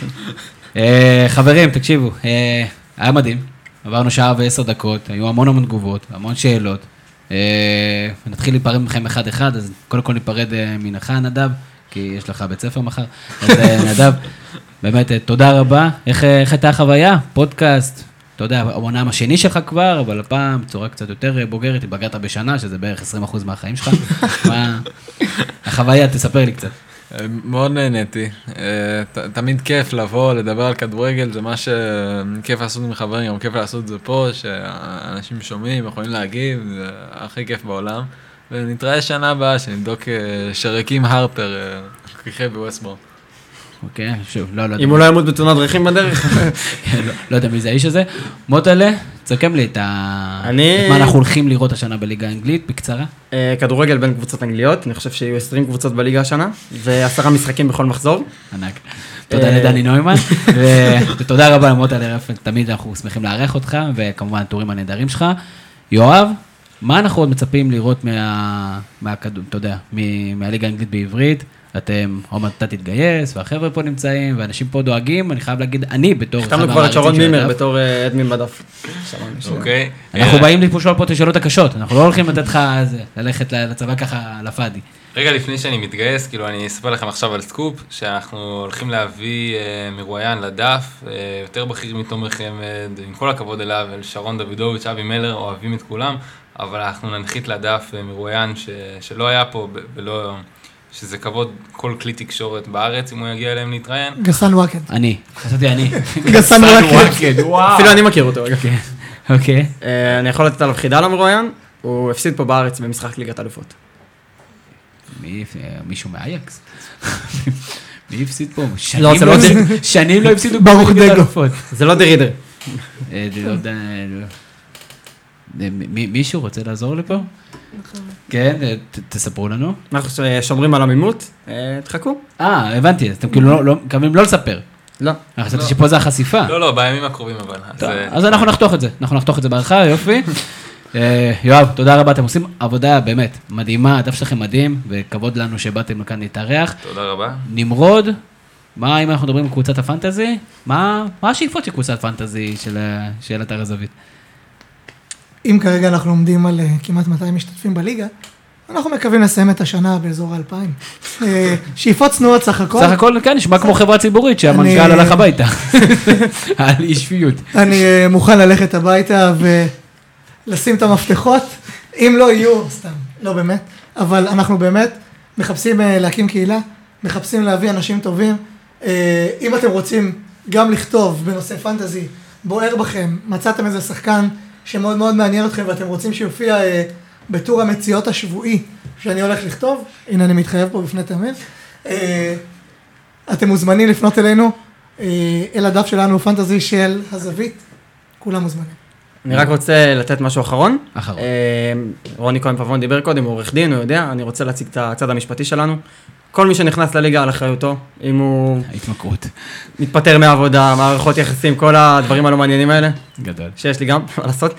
A: אה, חברים, תקשיבו, אה, היה מדהים. עברנו שעה ועשר דקות, היו המון המון תגובות, המון שאלות. אה, נתחיל להיפרד מכם אחד אחד, אז קודם כל ניפרד אה, מנך, נדב, כי יש לך בית ספר מחר. אז אה, נדב, באמת, אה, תודה רבה. איך, אה, איך הייתה החוויה? פודקאסט, אתה יודע, העונה השני שלך כבר, אבל הפעם בצורה קצת יותר אה, בוגרת, התבגרת בשנה, שזה בערך עשרים אחוז מהחיים שלך. מה... החוויה, תספר לי קצת.
D: מאוד נהניתי. ת- תמיד כיף לבוא, לדבר על כדורגל, זה מה שכיף לעשות עם חברים, גם כיף לעשות את זה פה, שאנשים שומעים, יכולים להגיב, זה הכי כיף בעולם. ונתראה שנה הבאה, שנבדוק אה, שרקים הרפר, אה, כיכי בווסטבורן.
A: אוקיי, שוב, לא, לא יודע.
B: אם הוא לא ימות בתאונת דרכים בדרך.
A: לא, לא יודע מי זה האיש הזה. מוטלה, תסכם לי את ה...
B: אני-
A: את מה אנחנו הולכים לראות השנה בליגה האנגלית, בקצרה.
B: אה, כדורגל בין קבוצות אנגליות, אני חושב שיהיו עשרים קבוצות בליגה השנה, ועשרה משחקים בכל מחזור.
A: ענק. תודה
B: אה,
A: לדני נוימן, ו- ותודה רבה למוטלה רפל, תמיד אנחנו שמחים לארח אותך, וכמובן הטורים הנהדרים שלך. יואב, מה אנחנו עוד מצפים לראות מה... מהכדור, אתה יודע, מ- מהליגה האנגלית בעברית? אתם, עוד מעט אתה תתגייס, והחבר'ה פה נמצאים, ואנשים פה דואגים, אני חייב להגיד, אני בתור...
B: החתמנו
A: אחד
B: כבר את שרון
A: מהמעריצים של
B: מימר
A: הדף,
B: בתור אה, אדמין בדף. שרון,
C: אוקיי.
A: אנחנו באים לשאול פה את השאלות הקשות, אנחנו לא הולכים לתת לך זה, ללכת לצבא ככה לפאדי.
C: רגע לפני שאני מתגייס, כאילו אני אספר לכם עכשיו על סקופ, שאנחנו הולכים להביא אה, מרואיין לדף, אה, יותר בכיר מתומר חמד, עם כל הכבוד אליו, אל שרון דודוביץ', אבי מלר, אוהבים את כולם, אבל אנחנו ננחית לדף אה, מרואיין ש, שלא היה פה, ב- ולא, שזה כבוד כל כלי תקשורת בארץ, אם הוא יגיע אליהם להתראיין.
E: גסן וואקד.
A: אני, חשבתי אני.
E: גסן וואקד.
A: וואו.
B: אפילו אני מכיר אותו, אגב.
A: אוקיי.
B: אה, אני יכול לתת עליו חידה למרואיין, הוא הפסיד פה בארץ במשחק ליגת אלופות.
A: מי, מישהו מאייקס? מי הפסיד פה? שנים
B: זה
A: לא
B: לא
A: הפסידו- שנים לא הפסידו
E: ברוך
A: בליגת
E: דגו.
A: האלופות.
B: זה לא דרידר.
A: אה, זה לא יודע, לא. אה, מי- מישהו רוצה לעזור לי פה? כן, אה, ת- תספרו לנו.
B: אנחנו ש- שומרים על עמימות, אה, תחכו.
A: אה, הבנתי, אז אתם כאילו לא- לא, מתכוונים לא לספר.
B: לא.
A: אני חשבתי שפה זה החשיפה.
C: לא, לא, בימים הקרובים אבל.
A: טוב,
C: אז, אה,
A: אז אנחנו נחתוך את זה, אנחנו נחתוך את זה בערכה, יופי. אה, יואב, תודה רבה, אתם עושים עבודה באמת מדהימה, הדף שלכם מדהים, וכבוד לנו שבאתם לכאן להתארח.
C: תודה רבה.
A: נמרוד, מה אם אנחנו מדברים על קבוצת הפנטזי? מה מה השאיפות של קבוצת פנטזי של ה- של אתר הזווית?
E: אם כרגע אנחנו עומדים על אה, כמעט מאתיים משתתפים בליגה, אנחנו מקווים לסיים את השנה באזור האלפיים. אה, שאיפות צנועות סך הכל.
A: סך הכל, כן, נשמע כמו חברה ציבורית שהמנכ"ל
E: אני-
A: הלך הביתה. על אי שפיות.
E: אני אה, מוכן ללכת הביתה ולשים את המפתחות, אם לא יהיו, סתם, לא באמת, אבל אנחנו באמת מחפשים אה, להקים קהילה, מחפשים להביא אנשים טובים. אה, אם אתם רוצים גם לכתוב בנושא פנטזי, בוער בכם, מצאתם איזה שחקן שמאוד מאוד מעניין אתכם ואתם רוצים שיופיע אה, בטור המציאות השבועי שאני הולך לכתוב, הנה אני מתחייב פה בפני תמיד, אה, אתם מוזמנים לפנות אלינו, אה, אל הדף שלנו, פנטזי של הזווית, כולם מוזמנים.
B: אני רק רוצה לתת משהו אחרון.
A: אחרון.
B: אה, רוני כהן פבון דיבר קודם, הוא עורך דין, הוא יודע, אני רוצה להציג את הצד המשפטי שלנו. כל מי שנכנס לליגה על אחריותו, אם הוא
A: ההתמכרות.
B: מתפטר מהעבודה, מערכות יחסים, כל הדברים הלא מעניינים האלה,
A: גדול.
B: שיש לי גם, מה לעשות,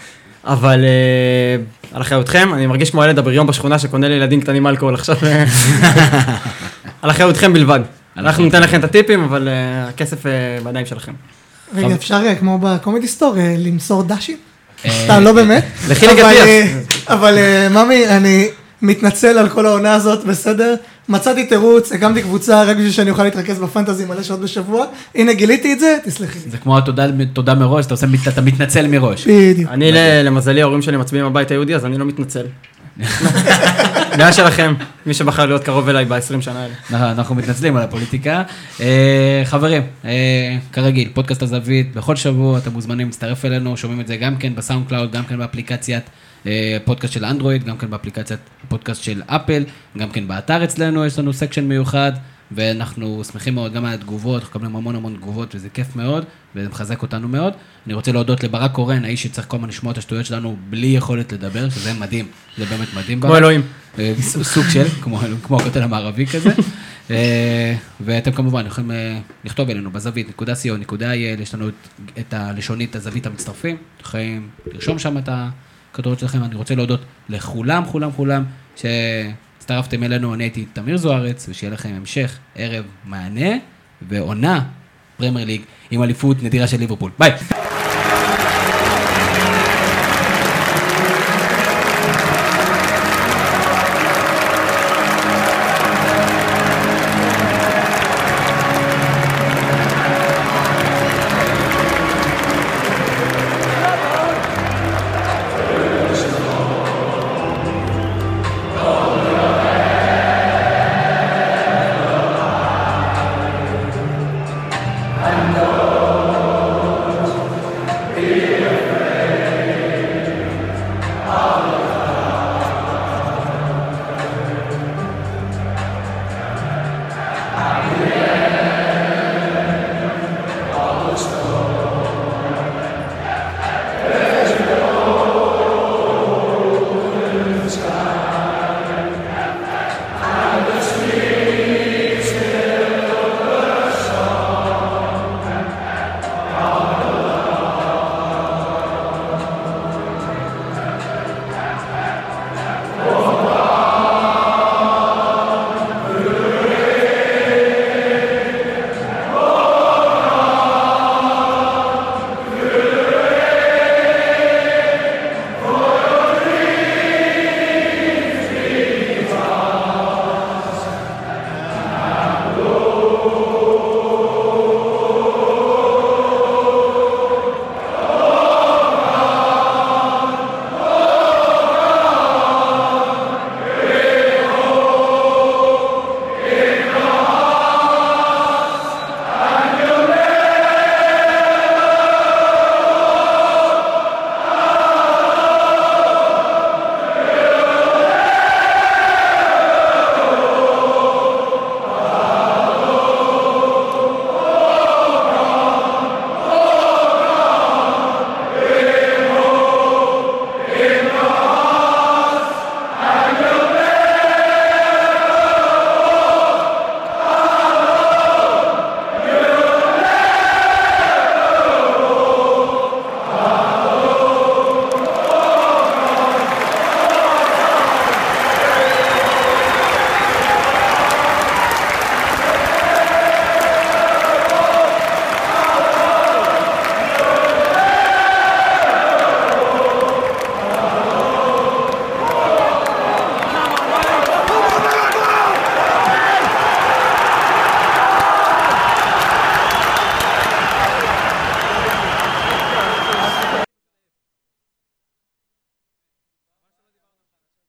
B: אבל על אחריותכם, אני מרגיש כמו ילד הבריון בשכונה שקונה לילדים קטנים אלכוהול עכשיו. על אחריותכם בלבד. אנחנו ניתן לכם את הטיפים, אבל הכסף בידיים שלכם.
E: רגע, אפשר כמו בקומדי סטור למסור דשים? סתם, לא באמת.
B: לחיליק אטיאס.
E: אבל ממי, אני מתנצל על כל העונה הזאת, בסדר? מצאתי תירוץ, הקמתי קבוצה רק בשביל שאני אוכל להתרכז בפנטזי מלא שעות בשבוע. הנה, גיליתי את זה, תסלחי לי.
A: זה כמו התודה מראש, אתה עושה, אתה מתנצל מראש.
E: בדיוק.
B: אני, למזלי, ההורים שלי מצביעים הבית היהודי, אז אני לא מתנצל. דעה שלכם, מי שבחר להיות קרוב אליי ב-עשרים שנה האלה.
A: אנחנו מתנצלים על הפוליטיקה. חברים, כרגיל, פודקאסט הזווית, בכל שבוע אתם מוזמנים להצטרף אלינו, שומעים את זה גם כן בסאונד קלאוד, גם כן באפליקציית פודקאסט של אנדרואיד, גם כן באפליקציית פודקאסט של אפל, גם כן באתר אצלנו, יש לנו סקשן מיוחד, ואנחנו שמחים מאוד גם על התגובות, אנחנו מקבלים המון המון תגובות, וזה כיף מאוד, וזה מחזק אותנו מאוד. אני רוצה להודות לברק קורן, האיש שצריך כל הזמן לשמוע את השטויות שלנו, בלי יכולת לדבר, שזה מדהים, זה באמת מדהים.
B: כמו אלוהים.
A: סוג של, כמו הכותל המערבי כזה. ואתם כמובן יכולים לכתוב אלינו בזווית, נקודה סי או נקודה איי אל, יש לנו את הלשונית, הזווית המצטרפים, אתם יכולים לרשום שם את הכותרות שלכם. אני רוצה להודות לכולם, כולם, כולם, שהצטרפתם אלינו. אני הייתי תמיר זוארץ, ושיהיה לכם המשך ערב מענה ועונה פרמייר ליג עם אליפות נדירה של ליברפול. ביי.